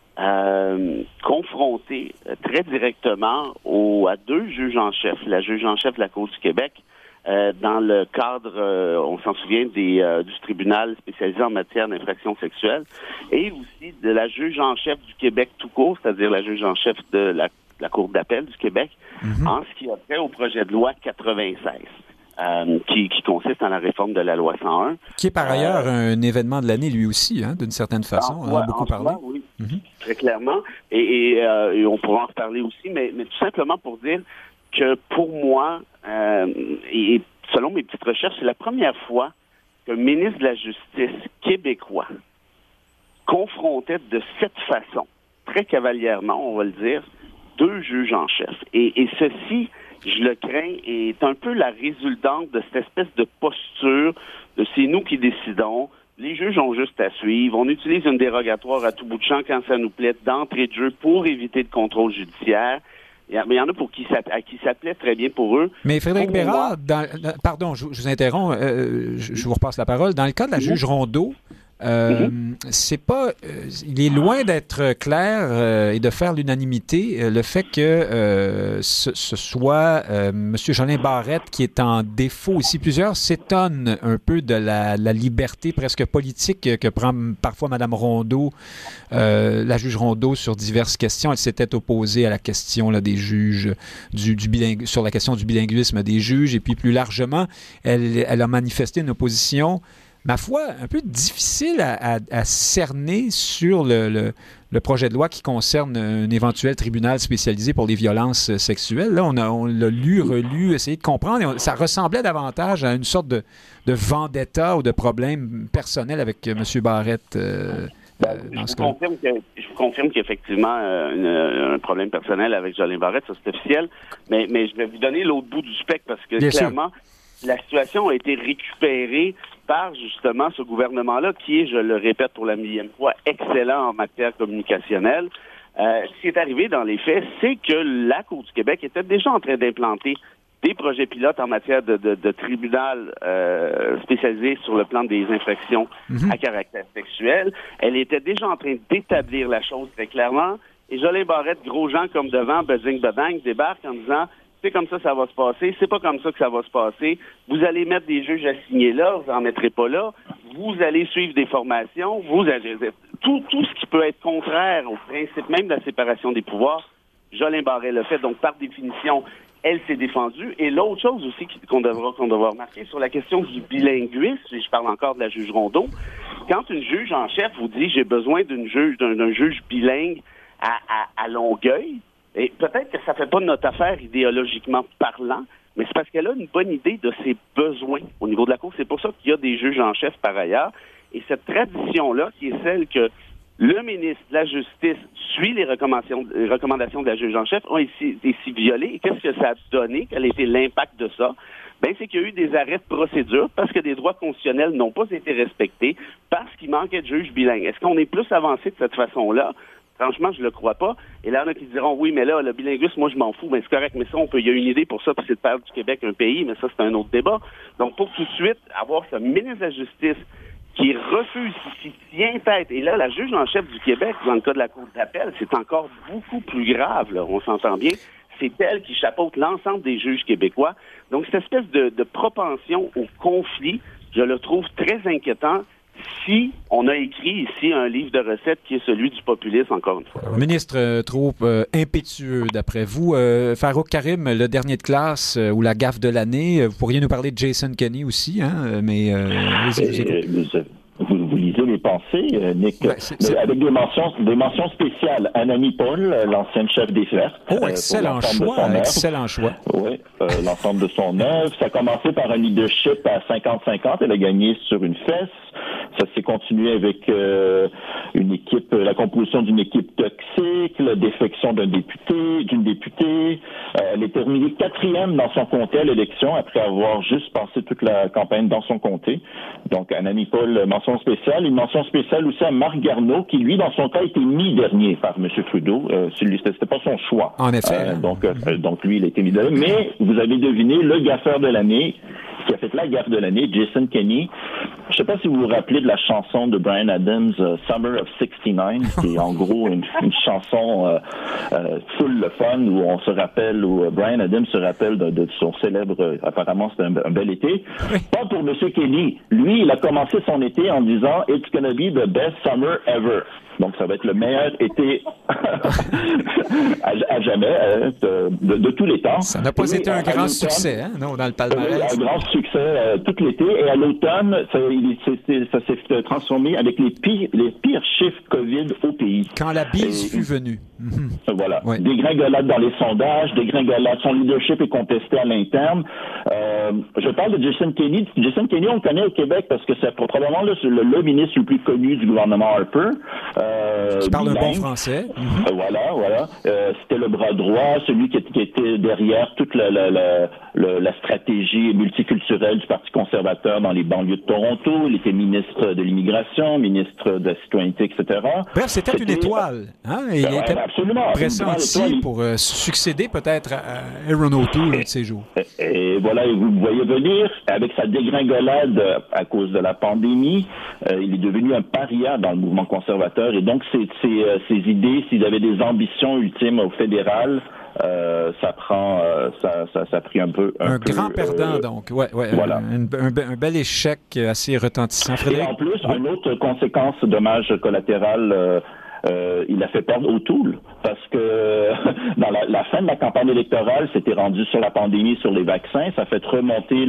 confronté très directement à deux juges en chef, la juge en chef de la Cour du Québec, dans le cadre, on s'en souvient, du tribunal spécialisé en matière d'infractions sexuelles, et aussi de la juge en chef du Québec tout court, c'est-à-dire la juge en chef de la Cour d'appel du Québec, en ce qui a trait au projet de loi 96. Qui consiste en la réforme de la loi 101. Qui est par ailleurs un événement de l'année, lui aussi, hein, d'une certaine façon. On en a beaucoup parlé. Oui, très clairement. Et on pourra en reparler aussi, mais tout simplement pour dire que pour moi, et selon mes petites recherches, c'est la première fois qu'un ministre de la Justice québécois confrontait de cette façon, très cavalièrement, on va le dire, deux juges en chef. Et ceci, je le crains, est un peu la résultante de cette espèce de posture de c'est nous qui décidons, les juges ont juste à suivre, on utilise une dérogatoire à tout bout de champ quand ça nous plaît d'entrée de jeu pour éviter le contrôle judiciaire. Mais il y en a à qui ça plaît très bien pour eux. Mais Frédéric Bérard, pardon, je vous interromps, je vous repasse la parole. Dans le cas de la juge Rondeau, c'est pas, il est loin d'être clair et de faire l'unanimité. Le fait que ce soit M. Jolin Barrette qui est en défaut ici, plusieurs s'étonnent un peu de la liberté presque politique que prend parfois Mme Rondeau, la juge Rondeau, sur diverses questions. Elle s'était opposée à la question là, des juges, sur la question du bilinguisme des juges, et puis plus largement, elle a manifesté une opposition ma foi, un peu difficile à cerner sur le projet de loi qui concerne un éventuel tribunal spécialisé pour les violences sexuelles. Là, on l'a lu, relu, essayé de comprendre. Et ça ressemblait davantage à une sorte de vendetta ou de problème personnel avec M. Barrette. Je vous confirme qu'effectivement, un problème personnel avec Jolin Barrette, ça c'est officiel. Mais je vais vous donner l'autre bout du spectre parce que clairement, la situation a été récupérée par justement ce gouvernement-là qui est, je le répète pour la millième fois, excellent en matière communicationnelle. Ce qui est arrivé dans les faits, c'est que la Cour du Québec était déjà en train d'implanter des projets pilotes en matière de tribunal spécialisé sur le plan des infractions à caractère sexuel. Elle était déjà en train d'établir la chose très clairement. Et Jolin Barrette, gros gens comme devant, buzzing badang, débarque en disant c'est comme ça va se passer, c'est pas comme ça que ça va se passer. Vous allez mettre des juges assignés là, vous n'en mettrez pas là. Vous allez suivre des formations. Vous allez tout ce qui peut être contraire au principe même de la séparation des pouvoirs, Jolin Barrette le fait. Donc, par définition, elle s'est défendue. Et l'autre chose aussi qu'on devra remarquer sur la question du bilinguisme, et je parle encore de la juge Rondeau, quand une juge en chef vous dit j'ai besoin d'un juge bilingue à Longueuil, et peut-être que ça ne fait pas notre affaire idéologiquement parlant, mais c'est parce qu'elle a une bonne idée de ses besoins au niveau de la Cour. C'est pour ça qu'il y a des juges en chef par ailleurs. Et cette tradition-là, qui est celle que le ministre de la Justice suit les recommandations de la juge en chef, ont ici violées. Et qu'est-ce que ça a donné? Quel a été l'impact de ça? C'est qu'il y a eu des arrêts de procédure parce que des droits constitutionnels n'ont pas été respectés parce qu'il manquait de juges bilingues. Est-ce qu'on est plus avancé de cette façon-là? Franchement, je le crois pas. Et là, il y en a qui diront, oui, mais là, le bilinguisme, moi, je m'en fous. Mais c'est correct. Mais ça, il y a une idée pour ça, puis c'est de faire du Québec un pays, mais ça, c'est un autre débat. Donc, pour tout de suite avoir ce ministre de la Justice qui refuse, qui tient tête. Et là, la juge en chef du Québec, dans le cas de la Cour d'appel, c'est encore beaucoup plus grave, là, on s'entend bien. C'est elle qui chapeaute l'ensemble des juges québécois. Donc, cette espèce de propension au conflit, je le trouve très inquiétant. Si on a écrit ici un livre de recettes qui est celui du populisme, encore une fois. Un ministre trop impétueux, d'après vous. Farouk Karim, le dernier de classe ou la gaffe de l'année, vous pourriez nous parler de Jason Kenney aussi, hein? Mais vous lisez les pensées, Nick. Avec des mentions spéciales. Annemie Paul, l'ancienne chef des Verts. Oh, excellent choix. Oui, l'ensemble de son œuvre. Ça a commencé par un leadership à 50-50. Elle a gagné sur une fesse. Ça s'est continué avec une équipe, la composition d'une équipe toxique, la défection d'une députée. Elle est terminée 4e dans son comté à l'élection après avoir juste passé toute la campagne dans son comté. Donc, Annemie Paul, mention spéciale. Une mention spéciale aussi à Marc Garneau, qui, lui, dans son cas, a été mis dernier par M. Trudeau. C'était pas son choix. En effet. Donc, lui, il a été mis dernier. Mais, vous avez deviné, le gaffeur de l'année, qui a fait la gaffe de l'année, Jason Kenney. Je ne sais pas si vous vous rappelez de la chanson de Bryan Adams, Summer of 69, qui est en gros une chanson full de fun où Bryan Adams se rappelle de son célèbre, apparemment c'était un bel été. Pas pour M. Kenney. Lui, il a commencé son été en disant « It's gonna be the best summer ever ». Donc, ça va être le meilleur été à jamais de tous les temps. Ça n'a pas été un grand succès, non, dans le palmarès. Un grand succès tout l'été. Et à l'automne, ça s'est transformé avec les pires chiffres COVID au pays. Quand la bise fut venue. Voilà. Ouais. Dégringolade dans les sondages, dégringolade. Son leadership est contesté à l'interne. Je parle de Jason Kenney. Jason Kenney, on le connaît au Québec parce que c'est probablement le ministre le plus connu du gouvernement Harper. Qui parle un bon français. Voilà. C'était le bras droit, celui qui était derrière toute la stratégie multiculturelle du Parti conservateur dans les banlieues de Toronto. Il était ministre de l'immigration, ministre de la citoyenneté, etc. Bref, c'était une étoile. Il était pressenti pour succéder peut-être à Aaron O'Toole de ces jours. Et voilà, vous voyez venir, avec sa dégringolade à cause de la pandémie, il est devenu un paria dans le mouvement conservateur. Et donc, ses idées, s'il avait des ambitions ultimes au fédéral, ça a pris un grand perdant, donc. Voilà. Un bel échec assez retentissant. Frédéric? Et en plus, une autre conséquence, dommage collatéral il a fait perdre O'Toole parce que dans la fin de la campagne électorale, c'était rendu sur la pandémie, sur les vaccins. Ça fait remonter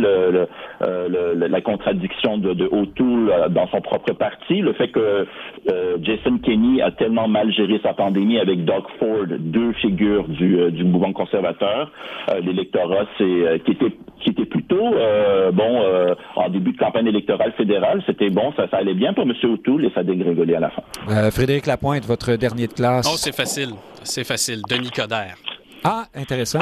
la contradiction de O'Toole dans son propre parti. Le fait que Jason Kenney a tellement mal géré sa pandémie avec Doug Ford, deux figures du mouvement conservateur. L'électorat, qui était plutôt en début de campagne électorale fédérale, c'était bon, ça allait bien pour M. O'Toole et ça a dégringolé à la fin. Frédéric Lapointe, votre dernier de classe. Oh, c'est facile. Denis Coderre. Ah, intéressant.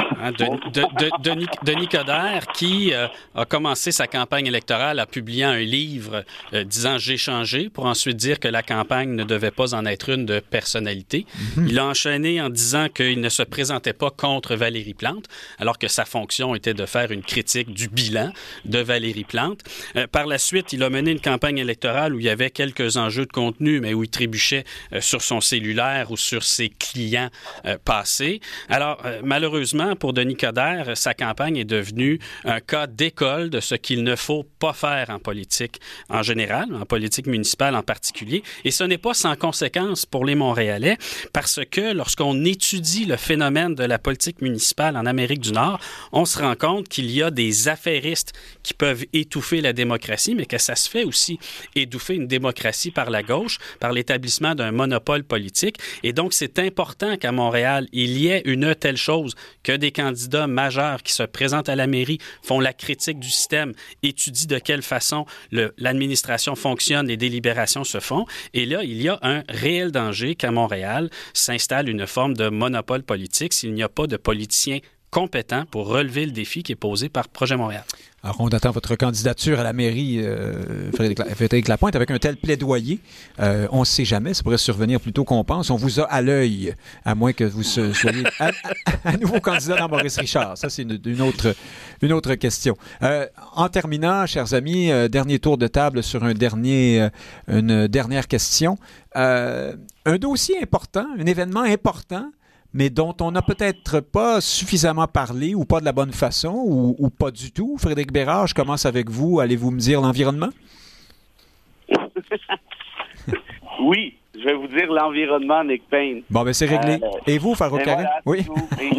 Denis Coderre, qui a commencé sa campagne électorale en publiant un livre disant « J'ai changé » pour ensuite dire que la campagne ne devait pas en être une de personnalité. Mm-hmm. Il a enchaîné en disant qu'il ne se présentait pas contre Valérie Plante, alors que sa fonction était de faire une critique du bilan de Valérie Plante. Par la suite, il a mené une campagne électorale où il y avait quelques enjeux de contenu, mais où il trébuchait sur son cellulaire ou sur ses clients passés. Alors, malheureusement, pour Denis Coderre, sa campagne est devenue un cas d'école de ce qu'il ne faut pas faire en politique en général, en politique municipale en particulier. Et ce n'est pas sans conséquence pour les Montréalais, parce que lorsqu'on étudie le phénomène de la politique municipale en Amérique du Nord, on se rend compte qu'il y a des affairistes qui peuvent étouffer la démocratie, mais que ça se fait aussi étouffer une démocratie par la gauche, par l'établissement d'un monopole politique. Et donc, c'est important qu'à Montréal, il y ait une telle chose que des candidats majeurs qui se présentent à la mairie font la critique du système, étudient de quelle façon l'administration fonctionne, les délibérations se font. Et là, il y a un réel danger qu'à Montréal s'installe une forme de monopole politique s'il n'y a pas de politiciens compétents pour relever le défi qui est posé par Projet Montréal. Alors, on attend votre candidature à la mairie, Frédéric Lapointe, avec un tel plaidoyer. On ne sait jamais, ça pourrait survenir plus tôt qu'on pense. On vous a à l'œil, à moins que vous soyez à nouveau candidat dans Maurice Richard. Ça, c'est une autre question. En terminant, chers amis, dernier tour de table sur une dernière question. Un dossier important, un événement important, mais dont on n'a peut-être pas suffisamment parlé ou pas de la bonne façon ou pas du tout. Frédéric Bérard, je commence avec vous. Allez-vous me dire l'environnement? Oui, je vais vous dire l'environnement, Nick Payne. Bon, ben c'est réglé. Et vous, Farouk Karim? Voilà, oui.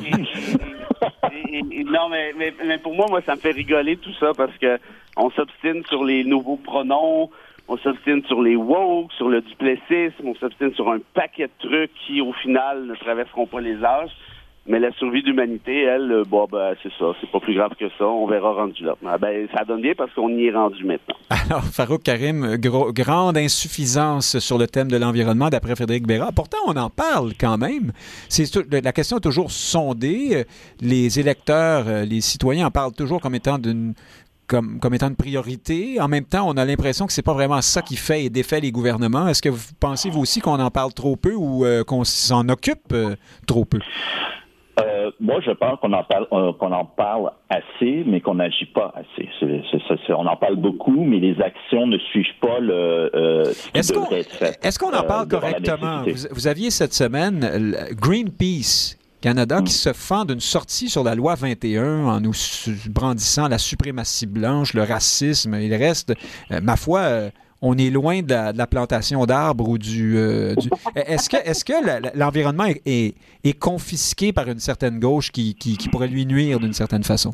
Non, mais pour moi, ça me fait rigoler tout ça parce que on s'obstine sur les nouveaux pronoms, on s'obstine sur les woke, sur le duplessisme, on s'obstine sur un paquet de trucs qui, au final, ne traverseront pas les âges. Mais la survie de l'humanité, elle, c'est ça. C'est pas plus grave que ça. On verra rendu là. Ça donne bien parce qu'on y est rendu maintenant. Alors, Farouk Karim, grande insuffisance sur le thème de l'environnement d'après Frédéric Bérard. Pourtant, on en parle quand même. La question est toujours sondée. Les électeurs, les citoyens en parlent toujours comme étant comme étant une priorité. En même temps, on a l'impression que c'est pas vraiment ça qui fait et défait les gouvernements. Est-ce que vous pensez, vous aussi, qu'on en parle trop peu ou qu'on s'en occupe trop peu? Moi, je pense qu'on en parle assez, mais qu'on n'agit pas assez. On en parle beaucoup, mais les actions ne suivent pas ce qui devrait être fait. Est-ce qu'on en parle correctement? Vous aviez cette semaine Greenpeace Canada qui se fend d'une sortie sur la loi 21 en nous brandissant la suprématie blanche, le racisme et le reste. Ma foi, on est loin de la plantation d'arbres ou du... Est-ce que l'environnement est confisqué par une certaine gauche qui pourrait lui nuire d'une certaine façon?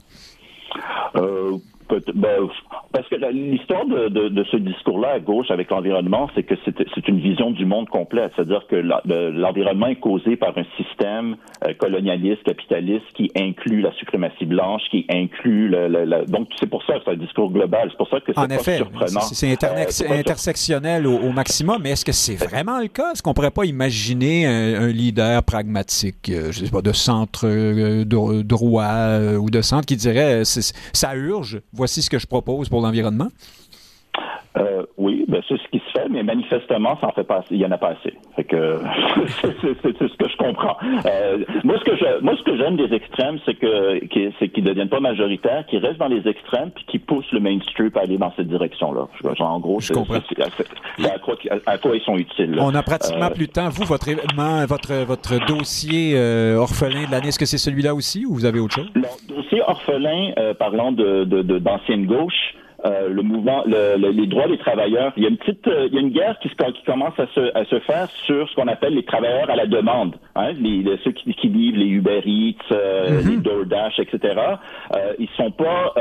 Parce que l'histoire de ce discours-là à gauche avec l'environnement, c'est que c'est une vision du monde complet. C'est-à-dire que l'environnement est causé par un système colonialiste, capitaliste, qui inclut la suprématie blanche, qui inclut donc c'est pour ça que c'est un discours global. C'est pour ça que c'est pas surprenant. C'est intersectionnel au maximum. Mais est-ce que c'est vraiment le cas? Est-ce qu'on pourrait pas imaginer un leader pragmatique, je sais pas, de centre droit ou de centre qui dirait ça urge, voici ce que je propose pour l'environnement? Oui, c'est ce qui se fait, mais manifestement, ça en fait pas assez. Il y en a pas assez. Fait que c'est ce que je comprends. Moi, ce que j'aime des extrêmes, c'est qu'ils deviennent pas majoritaires, qu'ils restent dans les extrêmes, puis qu'ils poussent le mainstream à aller dans cette direction-là. En gros, c'est à quoi ils sont utiles. Là. On a pratiquement plus de temps. Vous, votre événement, votre dossier orphelin de l'année, est-ce que c'est celui-là aussi, ou vous avez autre chose? Le dossier orphelin, parlant d'ancienne gauche. le mouvement, les droits des travailleurs. Il y a une guerre qui commence à se faire sur ce qu'on appelle les travailleurs à la demande, hein, ceux qui livrent les Uber Eats, les DoorDash, etc. Ils sont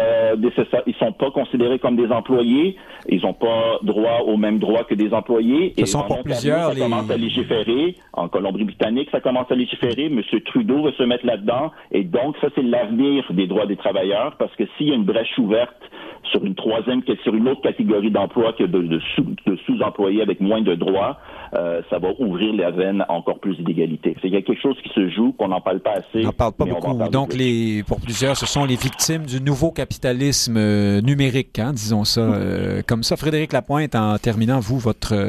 pas considérés comme des employés. Ils n'ont pas droit aux mêmes droits que des employés. Ce sont pour plusieurs. Ça commence à légiférer. En Colombie-Britannique, ça commence à légiférer. M. Trudeau veut se mettre là-dedans. Et donc, ça, c'est l'avenir des droits des travailleurs, parce que s'il y a une brèche ouverte sur une autre catégorie d'emploi que de sous-employés avec moins de droits, ça va ouvrir la veine à encore plus d'égalité. Il y a quelque chose qui se joue, qu'on n'en parle pas assez. On n'en parle pas beaucoup. Donc, pour plusieurs, ce sont les victimes du nouveau capitalisme numérique, hein, disons ça. Comme ça, Frédéric Lapointe, en terminant, vous,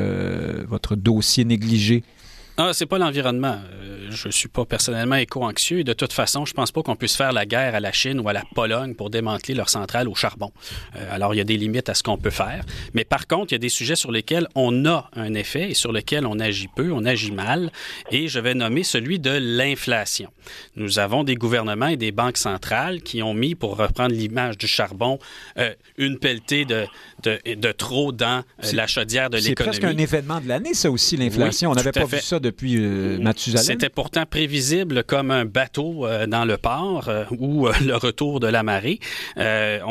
votre dossier négligé. C'est pas l'environnement. Je suis pas personnellement éco-anxieux et de toute façon, je pense pas qu'on puisse faire la guerre à la Chine ou à la Pologne pour démanteler leur centrale au charbon. Alors, il y a des limites à ce qu'on peut faire. Mais par contre, il y a des sujets sur lesquels on a un effet et sur lesquels on agit peu, on agit mal. Et je vais nommer celui de l'inflation. Nous avons des gouvernements et des banques centrales qui ont mis, pour reprendre l'image du charbon, une pelletée de trop dans la chaudière de l'économie. C'est presque un événement de l'année, ça aussi, l'inflation. Oui, on n'avait pas vu ça depuis Mathusalem. C'était pourtant prévisible comme un bateau dans le port ou le retour de la marée. Ou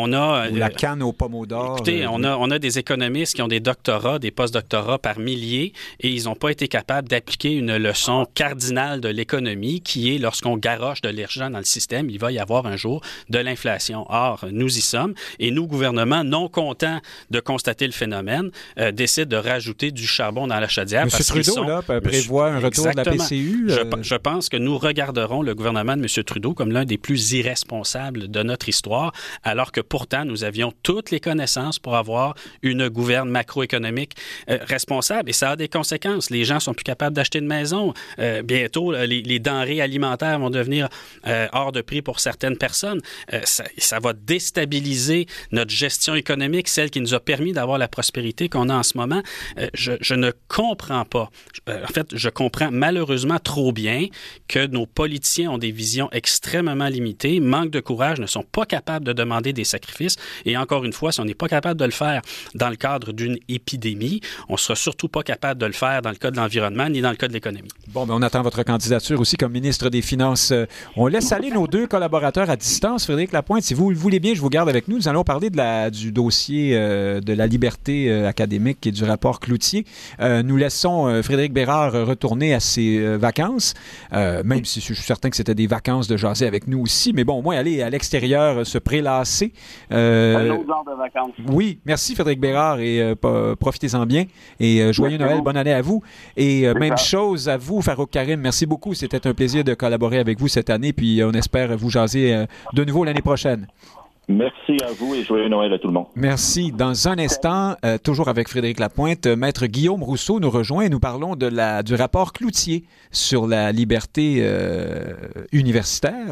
la canne aux pommes d'or. Écoutez, on a des économistes qui ont des doctorats, des post-doctorats par milliers, et ils n'ont pas été capables d'appliquer une leçon cardinale de l'économie qui est, lorsqu'on garoche de l'argent dans le système, il va y avoir un jour de l'inflation. Or, nous y sommes, et nous, gouvernements, non contents de constater le phénomène, décident de rajouter du charbon dans la chaudière. M. Trudeau, prévoit un retour de la PCU. Je pense que nous regarderons le gouvernement de M. Trudeau comme l'un des plus irresponsables de notre histoire, alors que pourtant, nous avions toutes les connaissances pour avoir une gouverne macroéconomique responsable. Et ça a des conséquences. Les gens sont plus capables d'acheter une maison. Bientôt, les denrées alimentaires vont devenir hors de prix pour certaines personnes. Ça va déstabiliser notre gestion économique, celle qui nous a permis d'avoir la prospérité qu'on a en ce moment. Je ne comprends pas. En fait, je comprends malheureusement trop bien que nos politiciens ont des visions extrêmement limitées, manquent de courage, ne sont pas capables de demander des sacrifices. Et encore une fois, si on n'est pas capable de le faire dans le cadre d'une épidémie, on ne sera surtout pas capable de le faire dans le cas de l'environnement ni dans le cas de l'économie. Bon, on attend votre candidature aussi comme ministre des Finances. On laisse aller nos deux collaborateurs à distance. Frédéric Lapointe, si vous le voulez bien, je vous garde avec nous. Nous allons parler du dossier de la liberté académique et du rapport Cloutier. Nous laissons Frédéric Bérard retourner à ses vacances, même si je suis certain que c'était des vacances de jaser avec nous aussi, mais bon, au moins aller à l'extérieur se prélasser. Un autre genre de vacances. Oui, merci Frédéric Bérard et profitez-en bien et joyeux Noël, bonne année à vous. Et même chose à vous, Farouk Karim, merci beaucoup, c'était un plaisir de collaborer avec vous cette année, puis on espère vous jaser de nouveau l'année prochaine. Merci à vous et joyeux Noël à tout le monde. Merci. Dans un instant, toujours avec Frédéric Lapointe, Maître Guillaume Rousseau nous rejoint et nous parlons du rapport Cloutier sur la liberté universitaire,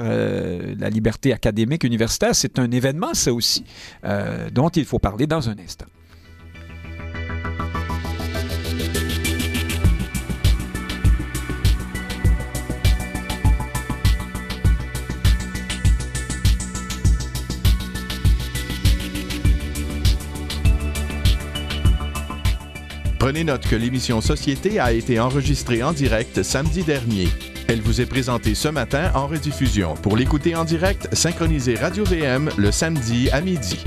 la liberté académique universitaire. C'est un événement, ça aussi, dont il faut parler dans un instant. Prenez note que l'émission Société a été enregistrée en direct samedi dernier. Elle vous est présentée ce matin en rediffusion. Pour l'écouter en direct, synchronisez Radio-VM le samedi à midi.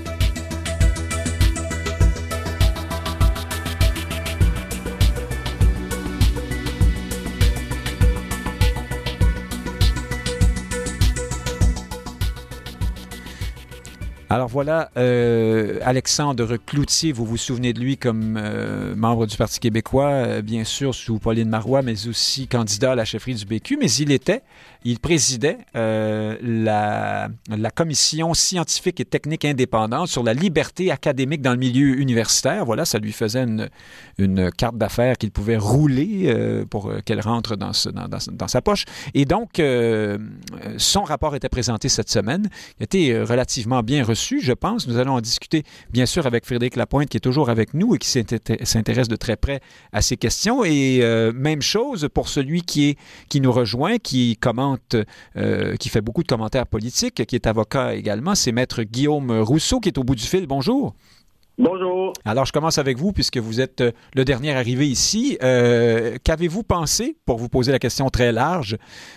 Alors voilà, Alexandre Cloutier, vous vous souvenez de lui comme membre du Parti québécois, bien sûr sous Pauline Marois, mais aussi candidat à la chefferie du PQ, mais il présidait la commission scientifique et technique indépendante sur la liberté académique dans le milieu universitaire. Voilà, ça lui faisait une carte d'affaires qu'il pouvait rouler pour qu'elle rentre dans sa poche. Et donc, son rapport était présenté cette semaine. Il a été relativement bien reçu reçu, je pense. Nous allons en discuter, bien sûr, avec Frédéric Lapointe, qui est toujours avec nous et qui s'intéresse de très près à ces questions. Et même chose pour celui qui nous rejoint, qui commente, qui fait beaucoup de commentaires politiques, qui est avocat également. C'est Maître Guillaume Rousseau qui est au bout du fil. Bonjour. Bonjour. Alors, je commence avec vous, puisque vous êtes le dernier arrivé ici. Qu'avez-vous pensé, pour vous poser la question très large,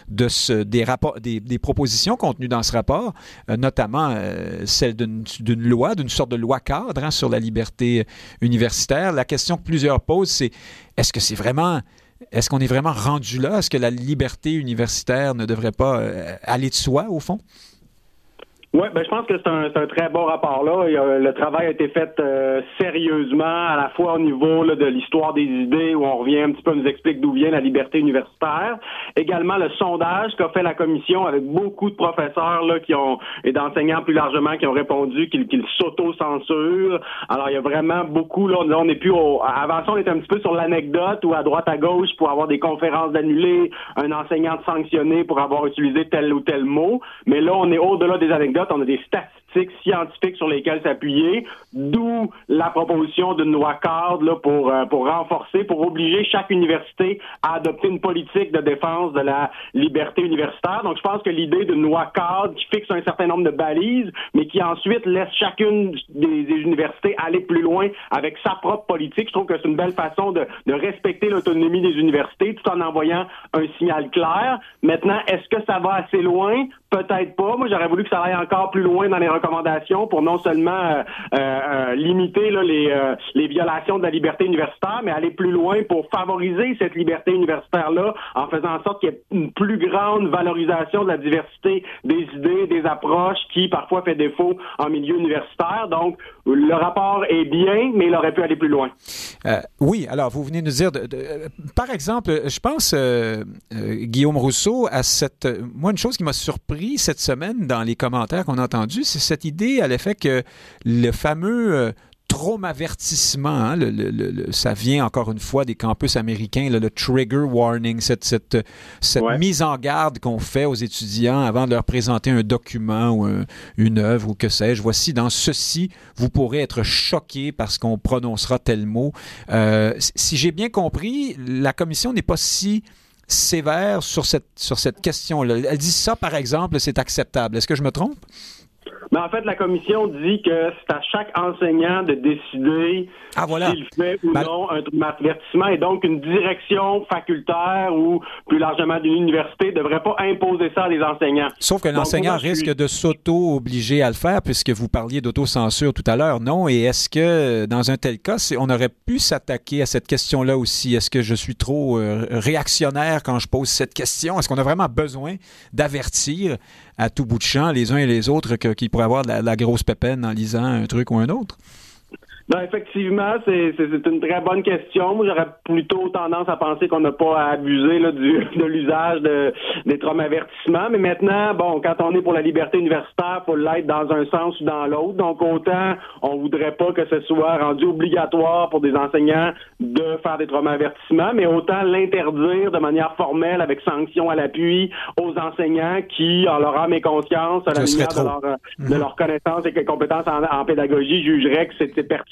des propositions contenues dans ce rapport, notamment celle d'une loi, d'une sorte de loi cadre sur la liberté universitaire? La question que plusieurs posent, c'est est-ce qu'on est vraiment rendu là? Est-ce que la liberté universitaire ne devrait pas aller de soi, au fond? Oui, je pense que c'est un très bon rapport là. Le travail a été fait sérieusement, à la fois au niveau là, de l'histoire des idées, où on revient un petit peu, nous explique d'où vient la liberté universitaire. Également le sondage qu'a fait la commission avec beaucoup de professeurs là et d'enseignants plus largement qui ont répondu qu'ils s'auto-censurent. Alors il y a vraiment beaucoup là. On n'est plus avant ça, on était un petit peu sur l'anecdote où à droite à gauche pour avoir des conférences d'annulées, un enseignant de sanctionné pour avoir utilisé tel ou tel mot. Mais là, on est au-delà des anecdotes. On a des statistiques scientifiques sur lesquelles s'appuyer, d'où la proposition d'une loi cadre là, pour renforcer, pour obliger chaque université à adopter une politique de défense de la liberté universitaire. Donc, je pense que l'idée d'une loi cadre qui fixe un certain nombre de balises, mais qui ensuite laisse chacune des universités aller plus loin avec sa propre politique, je trouve que c'est une belle façon de respecter l'autonomie des universités tout en envoyant un signal clair. Maintenant, est-ce que ça va assez loin? Peut-être pas. Moi, j'aurais voulu que ça aille encore plus loin dans les recommandations pour non seulement limiter là, les violations de la liberté universitaire, mais aller plus loin pour favoriser cette liberté universitaire-là en faisant en sorte qu'il y ait une plus grande valorisation de la diversité des idées, des approches qui parfois fait défaut en milieu universitaire. Donc, le rapport est bien, mais il aurait pu aller plus loin. Oui, alors vous venez nous dire, par exemple, je pense, Guillaume Rousseau, moi, une chose qui m'a surpris cette semaine dans les commentaires qu'on a entendus, c'est cette idée à l'effet que le fameux traumavertissement, ça vient encore une fois des campus américains, le trigger warning, cette mise en garde qu'on fait aux étudiants avant de leur présenter un document ou une œuvre ou que sais-je. Voici, dans ceci, vous pourrez être choqué parce qu'on prononcera tel mot. Si j'ai bien compris, la commission n'est pas si sévère sur cette question-là. Elle dit ça, par exemple, c'est acceptable. Est-ce que je me trompe? Mais en fait, la commission dit que c'est à chaque enseignant de décider s'il fait ou non un avertissement, et donc une direction facultaire ou plus largement d'une université ne devrait pas imposer ça à des enseignants. Sauf que l'enseignant risque de s'auto-obliger à le faire, puisque vous parliez d'autocensure tout à l'heure, non? Et est-ce que, dans un tel cas, on aurait pu s'attaquer à cette question-là aussi? Est-ce que je suis trop réactionnaire quand je pose cette question? Est-ce qu'on a vraiment besoin d'avertir à tout bout de champ les uns et les autres qu'ils pourraient avoir de la grosse pépine en lisant un truc ou un autre? Ben, effectivement, c'est une très bonne question. Moi, j'aurais plutôt tendance à penser qu'on n'a pas à abuser là, de l'usage des traumavertissements. Mais maintenant, bon, quand on est pour la liberté universitaire, il faut l'être dans un sens ou dans l'autre. Donc, autant on voudrait pas que ce soit rendu obligatoire pour des enseignants de faire des traumavertissements, mais autant l'interdire de manière formelle avec sanction à l'appui aux enseignants qui, en leur âme et conscience, à la lumière de leur connaissance et compétences en pédagogie, jugeraient que c'était pertinent.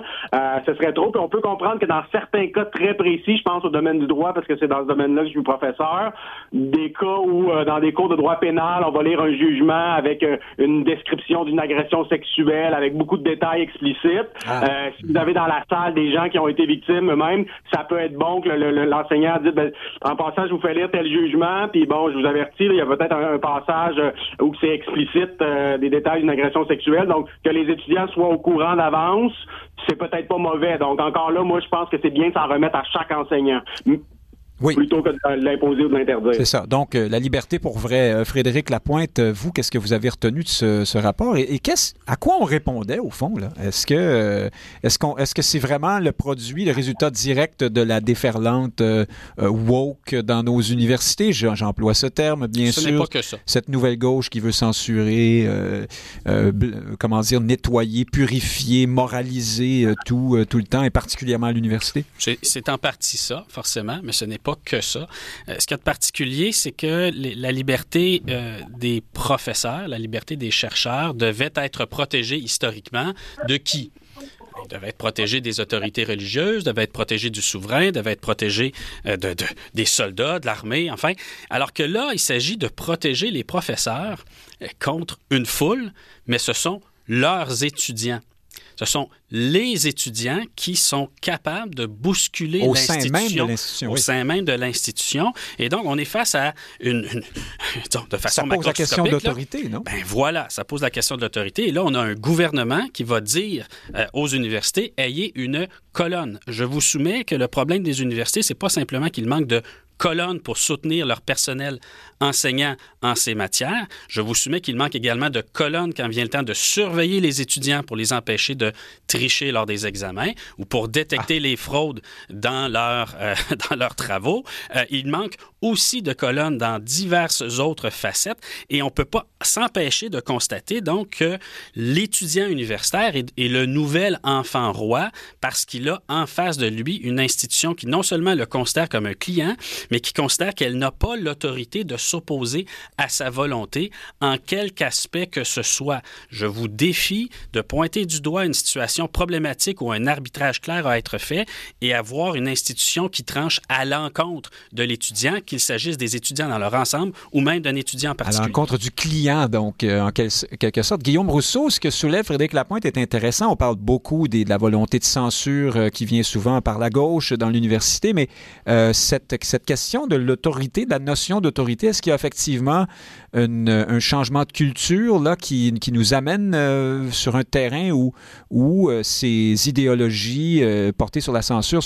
Ce serait trop. Puis on peut comprendre que dans certains cas très précis, je pense au domaine du droit, parce que c'est dans ce domaine-là que je suis professeur, des cas où, dans des cours de droit pénal, on va lire un jugement avec une description d'une agression sexuelle, avec beaucoup de détails explicites. Si vous avez dans la salle des gens qui ont été victimes eux-mêmes, ça peut être bon que l'enseignant dise, en passant, je vous fais lire tel jugement, puis bon, je vous avertis, là, il y a peut-être un passage où c'est explicite des détails d'une agression sexuelle. Donc, que les étudiants soient au courant d'avance, c'est peut-être pas mauvais. Donc, encore là, moi, je pense que c'est bien de s'en remettre à chaque enseignant. Oui. Plutôt que de l'imposer ou de l'interdire. C'est ça. Donc, la liberté pour vrai. Frédéric Lapointe, vous, qu'est-ce que vous avez retenu de ce rapport? Et à quoi on répondait, au fond, là? Est-ce que c'est vraiment le produit, le résultat direct de la déferlante woke dans nos universités? J'emploie ce terme, bien sûr. Ce n'est pas que ça. Cette nouvelle gauche qui veut censurer, nettoyer, purifier, moraliser tout le temps, et particulièrement à l'université? C'est en partie ça, forcément, mais ce n'est pas pas que ça. Ce qu'il y a de particulier, c'est que la liberté des professeurs, la liberté des chercheurs devait être protégée historiquement de qui? Il devait être protégé des autorités religieuses, devait être protégé du souverain, devait être protégé des soldats, de l'armée, enfin. Alors que là, il s'agit de protéger les professeurs contre une foule, mais ce sont leurs étudiants. Ce sont les étudiants qui sont capables de bousculer l'institution. Au sein même de l'institution. Et donc, on est face à de façon macroscopique. Ça pose la question de l'autorité, non? Ben voilà, ça pose la question de l'autorité. Et là, on a un gouvernement qui va dire aux universités, ayez une colonne. Je vous soumets que le problème des universités, c'est pas simplement qu'il manque de colonnes pour soutenir leur personnel enseignant en ces matières. Je vous soumets qu'il manque également de colonnes quand vient le temps de surveiller les étudiants pour les empêcher de tricher lors des examens ou pour détecter les fraudes dans leurs travaux. Il manque aussi de colonnes dans diverses autres facettes et on ne peut pas s'empêcher de constater donc que l'étudiant universitaire est le nouvel enfant roi parce qu'il a en face de lui une institution qui non seulement le considère comme un client, mais qui considère qu'elle n'a pas l'autorité de s'opposer à sa volonté en quelque aspect que ce soit. Je vous défie de pointer du doigt une situation problématique où un arbitrage clair a être fait et avoir une institution qui tranche à l'encontre de l'étudiant, qu'il s'agisse des étudiants dans leur ensemble ou même d'un étudiant en particulier. À l'encontre du client, donc, en quelque sorte. Guillaume Rousseau, ce que soulève Frédéric Lapointe est intéressant. On parle beaucoup de la volonté de censure qui vient souvent par la gauche dans l'université, mais cette question de l'autorité, de la notion d'autorité, est-ce qu'il y a effectivement un changement de culture là, qui nous amène sur un terrain où ces idéologies portées sur la censure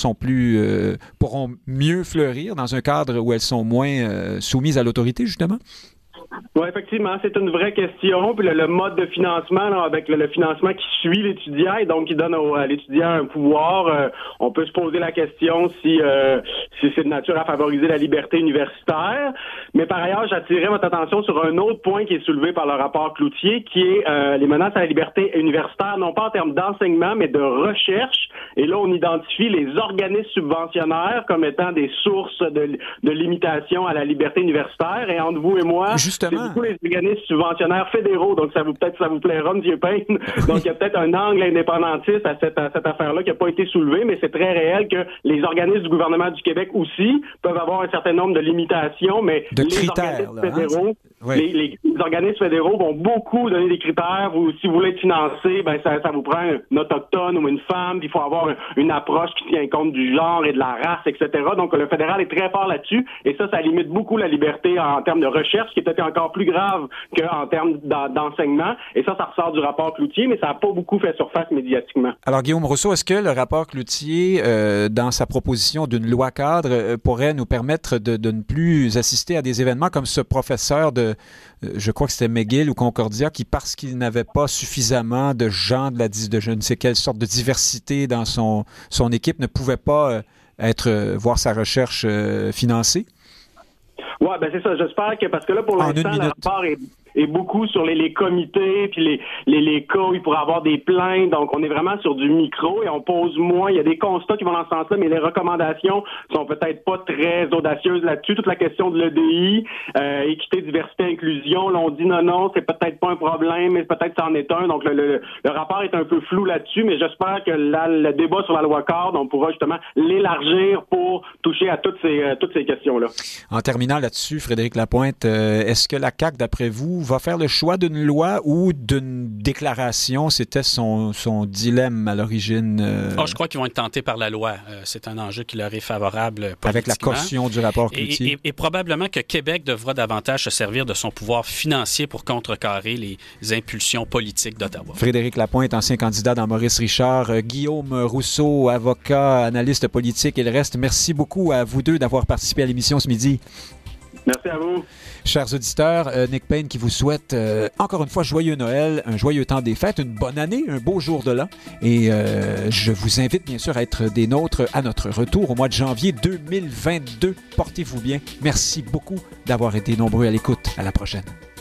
pourront mieux fleurir dans un cadre où elles sont moins soumises à l'autorité, justement? Oui, effectivement, c'est une vraie question. Puis le mode de financement, là, avec le financement qui suit l'étudiant et donc qui donne à l'étudiant un pouvoir, on peut se poser la question si c'est de nature à favoriser la liberté universitaire. Mais par ailleurs, j'attirerai votre attention sur un autre point qui est soulevé par le rapport Cloutier, qui est les menaces à la liberté universitaire, non pas en termes d'enseignement, mais de recherche. Et là, on identifie les organismes subventionnaires comme étant des sources de limitation à la liberté universitaire. Et entre vous et moi, c'est beaucoup les organismes subventionnaires fédéraux, donc ça vous plaira, M. Payne. Donc, il y a peut-être un angle indépendantiste à cette affaire-là qui n'a pas été soulevé, mais c'est très réel que les organismes du gouvernement du Québec aussi peuvent avoir un certain nombre de limitations, mais les organismes fédéraux, les organismes fédéraux vont beaucoup donner des critères. Si vous voulez être financé, ben ça vous prend un autochtone ou une femme, puis il faut avoir une approche qui tient compte du genre et de la race, etc. Donc, le fédéral est très fort là-dessus, et ça limite beaucoup la liberté en termes de recherche, qui est peut-être encore plus grave qu'en termes d'enseignement. Et ça ressort du rapport Cloutier, mais ça n'a pas beaucoup fait surface médiatiquement. Alors, Guillaume Rousseau, est-ce que le rapport Cloutier, dans sa proposition d'une loi cadre, pourrait nous permettre de ne plus assister à des événements comme ce professeur je crois que c'était McGill ou Concordia, qui, parce qu'il n'avait pas suffisamment de gens de je ne sais quelle sorte de diversité dans son équipe, ne pouvait pas voir sa recherche financée? Oui, ben c'est ça. J'espère que, parce que là, pour l'instant, le rapport est beaucoup sur les comités, puis les cas où il pourrait avoir des plaintes. Donc, on est vraiment sur du micro et on pose moins. Il y a des constats qui vont dans ce sens-là, mais les recommandations sont peut-être pas très audacieuses là-dessus. Toute la question de l'EDI, équité, diversité, inclusion, là, on dit non, c'est peut-être pas un problème, mais peut-être c'en est un. Donc, le rapport est un peu flou là-dessus, mais j'espère que le débat sur la loi cadre, on pourra justement l'élargir pour toucher à toutes ces questions-là. En terminant là-dessus, Frédéric Lapointe, est-ce que la CAQ, d'après vous, va faire le choix d'une loi ou d'une déclaration? C'était son dilemme à l'origine. Je crois qu'ils vont être tentés par la loi. C'est un enjeu qui leur est favorable politiquement. Avec la caution du rapport Cloutier. Et probablement que Québec devra davantage se servir de son pouvoir financier pour contrecarrer les impulsions politiques d'Ottawa. Frédéric Lapointe, ancien candidat dans Maurice Richard. Guillaume Rousseau, avocat, analyste politique et le reste. Merci beaucoup à vous deux d'avoir participé à l'émission ce midi. Merci à vous. Chers auditeurs, Nick Payne qui vous souhaite encore une fois joyeux Noël, un joyeux temps des fêtes, une bonne année, un beau jour de l'an. Et je vous invite bien sûr à être des nôtres à notre retour au mois de janvier 2022. Portez-vous bien. Merci beaucoup d'avoir été nombreux à l'écoute. À la prochaine.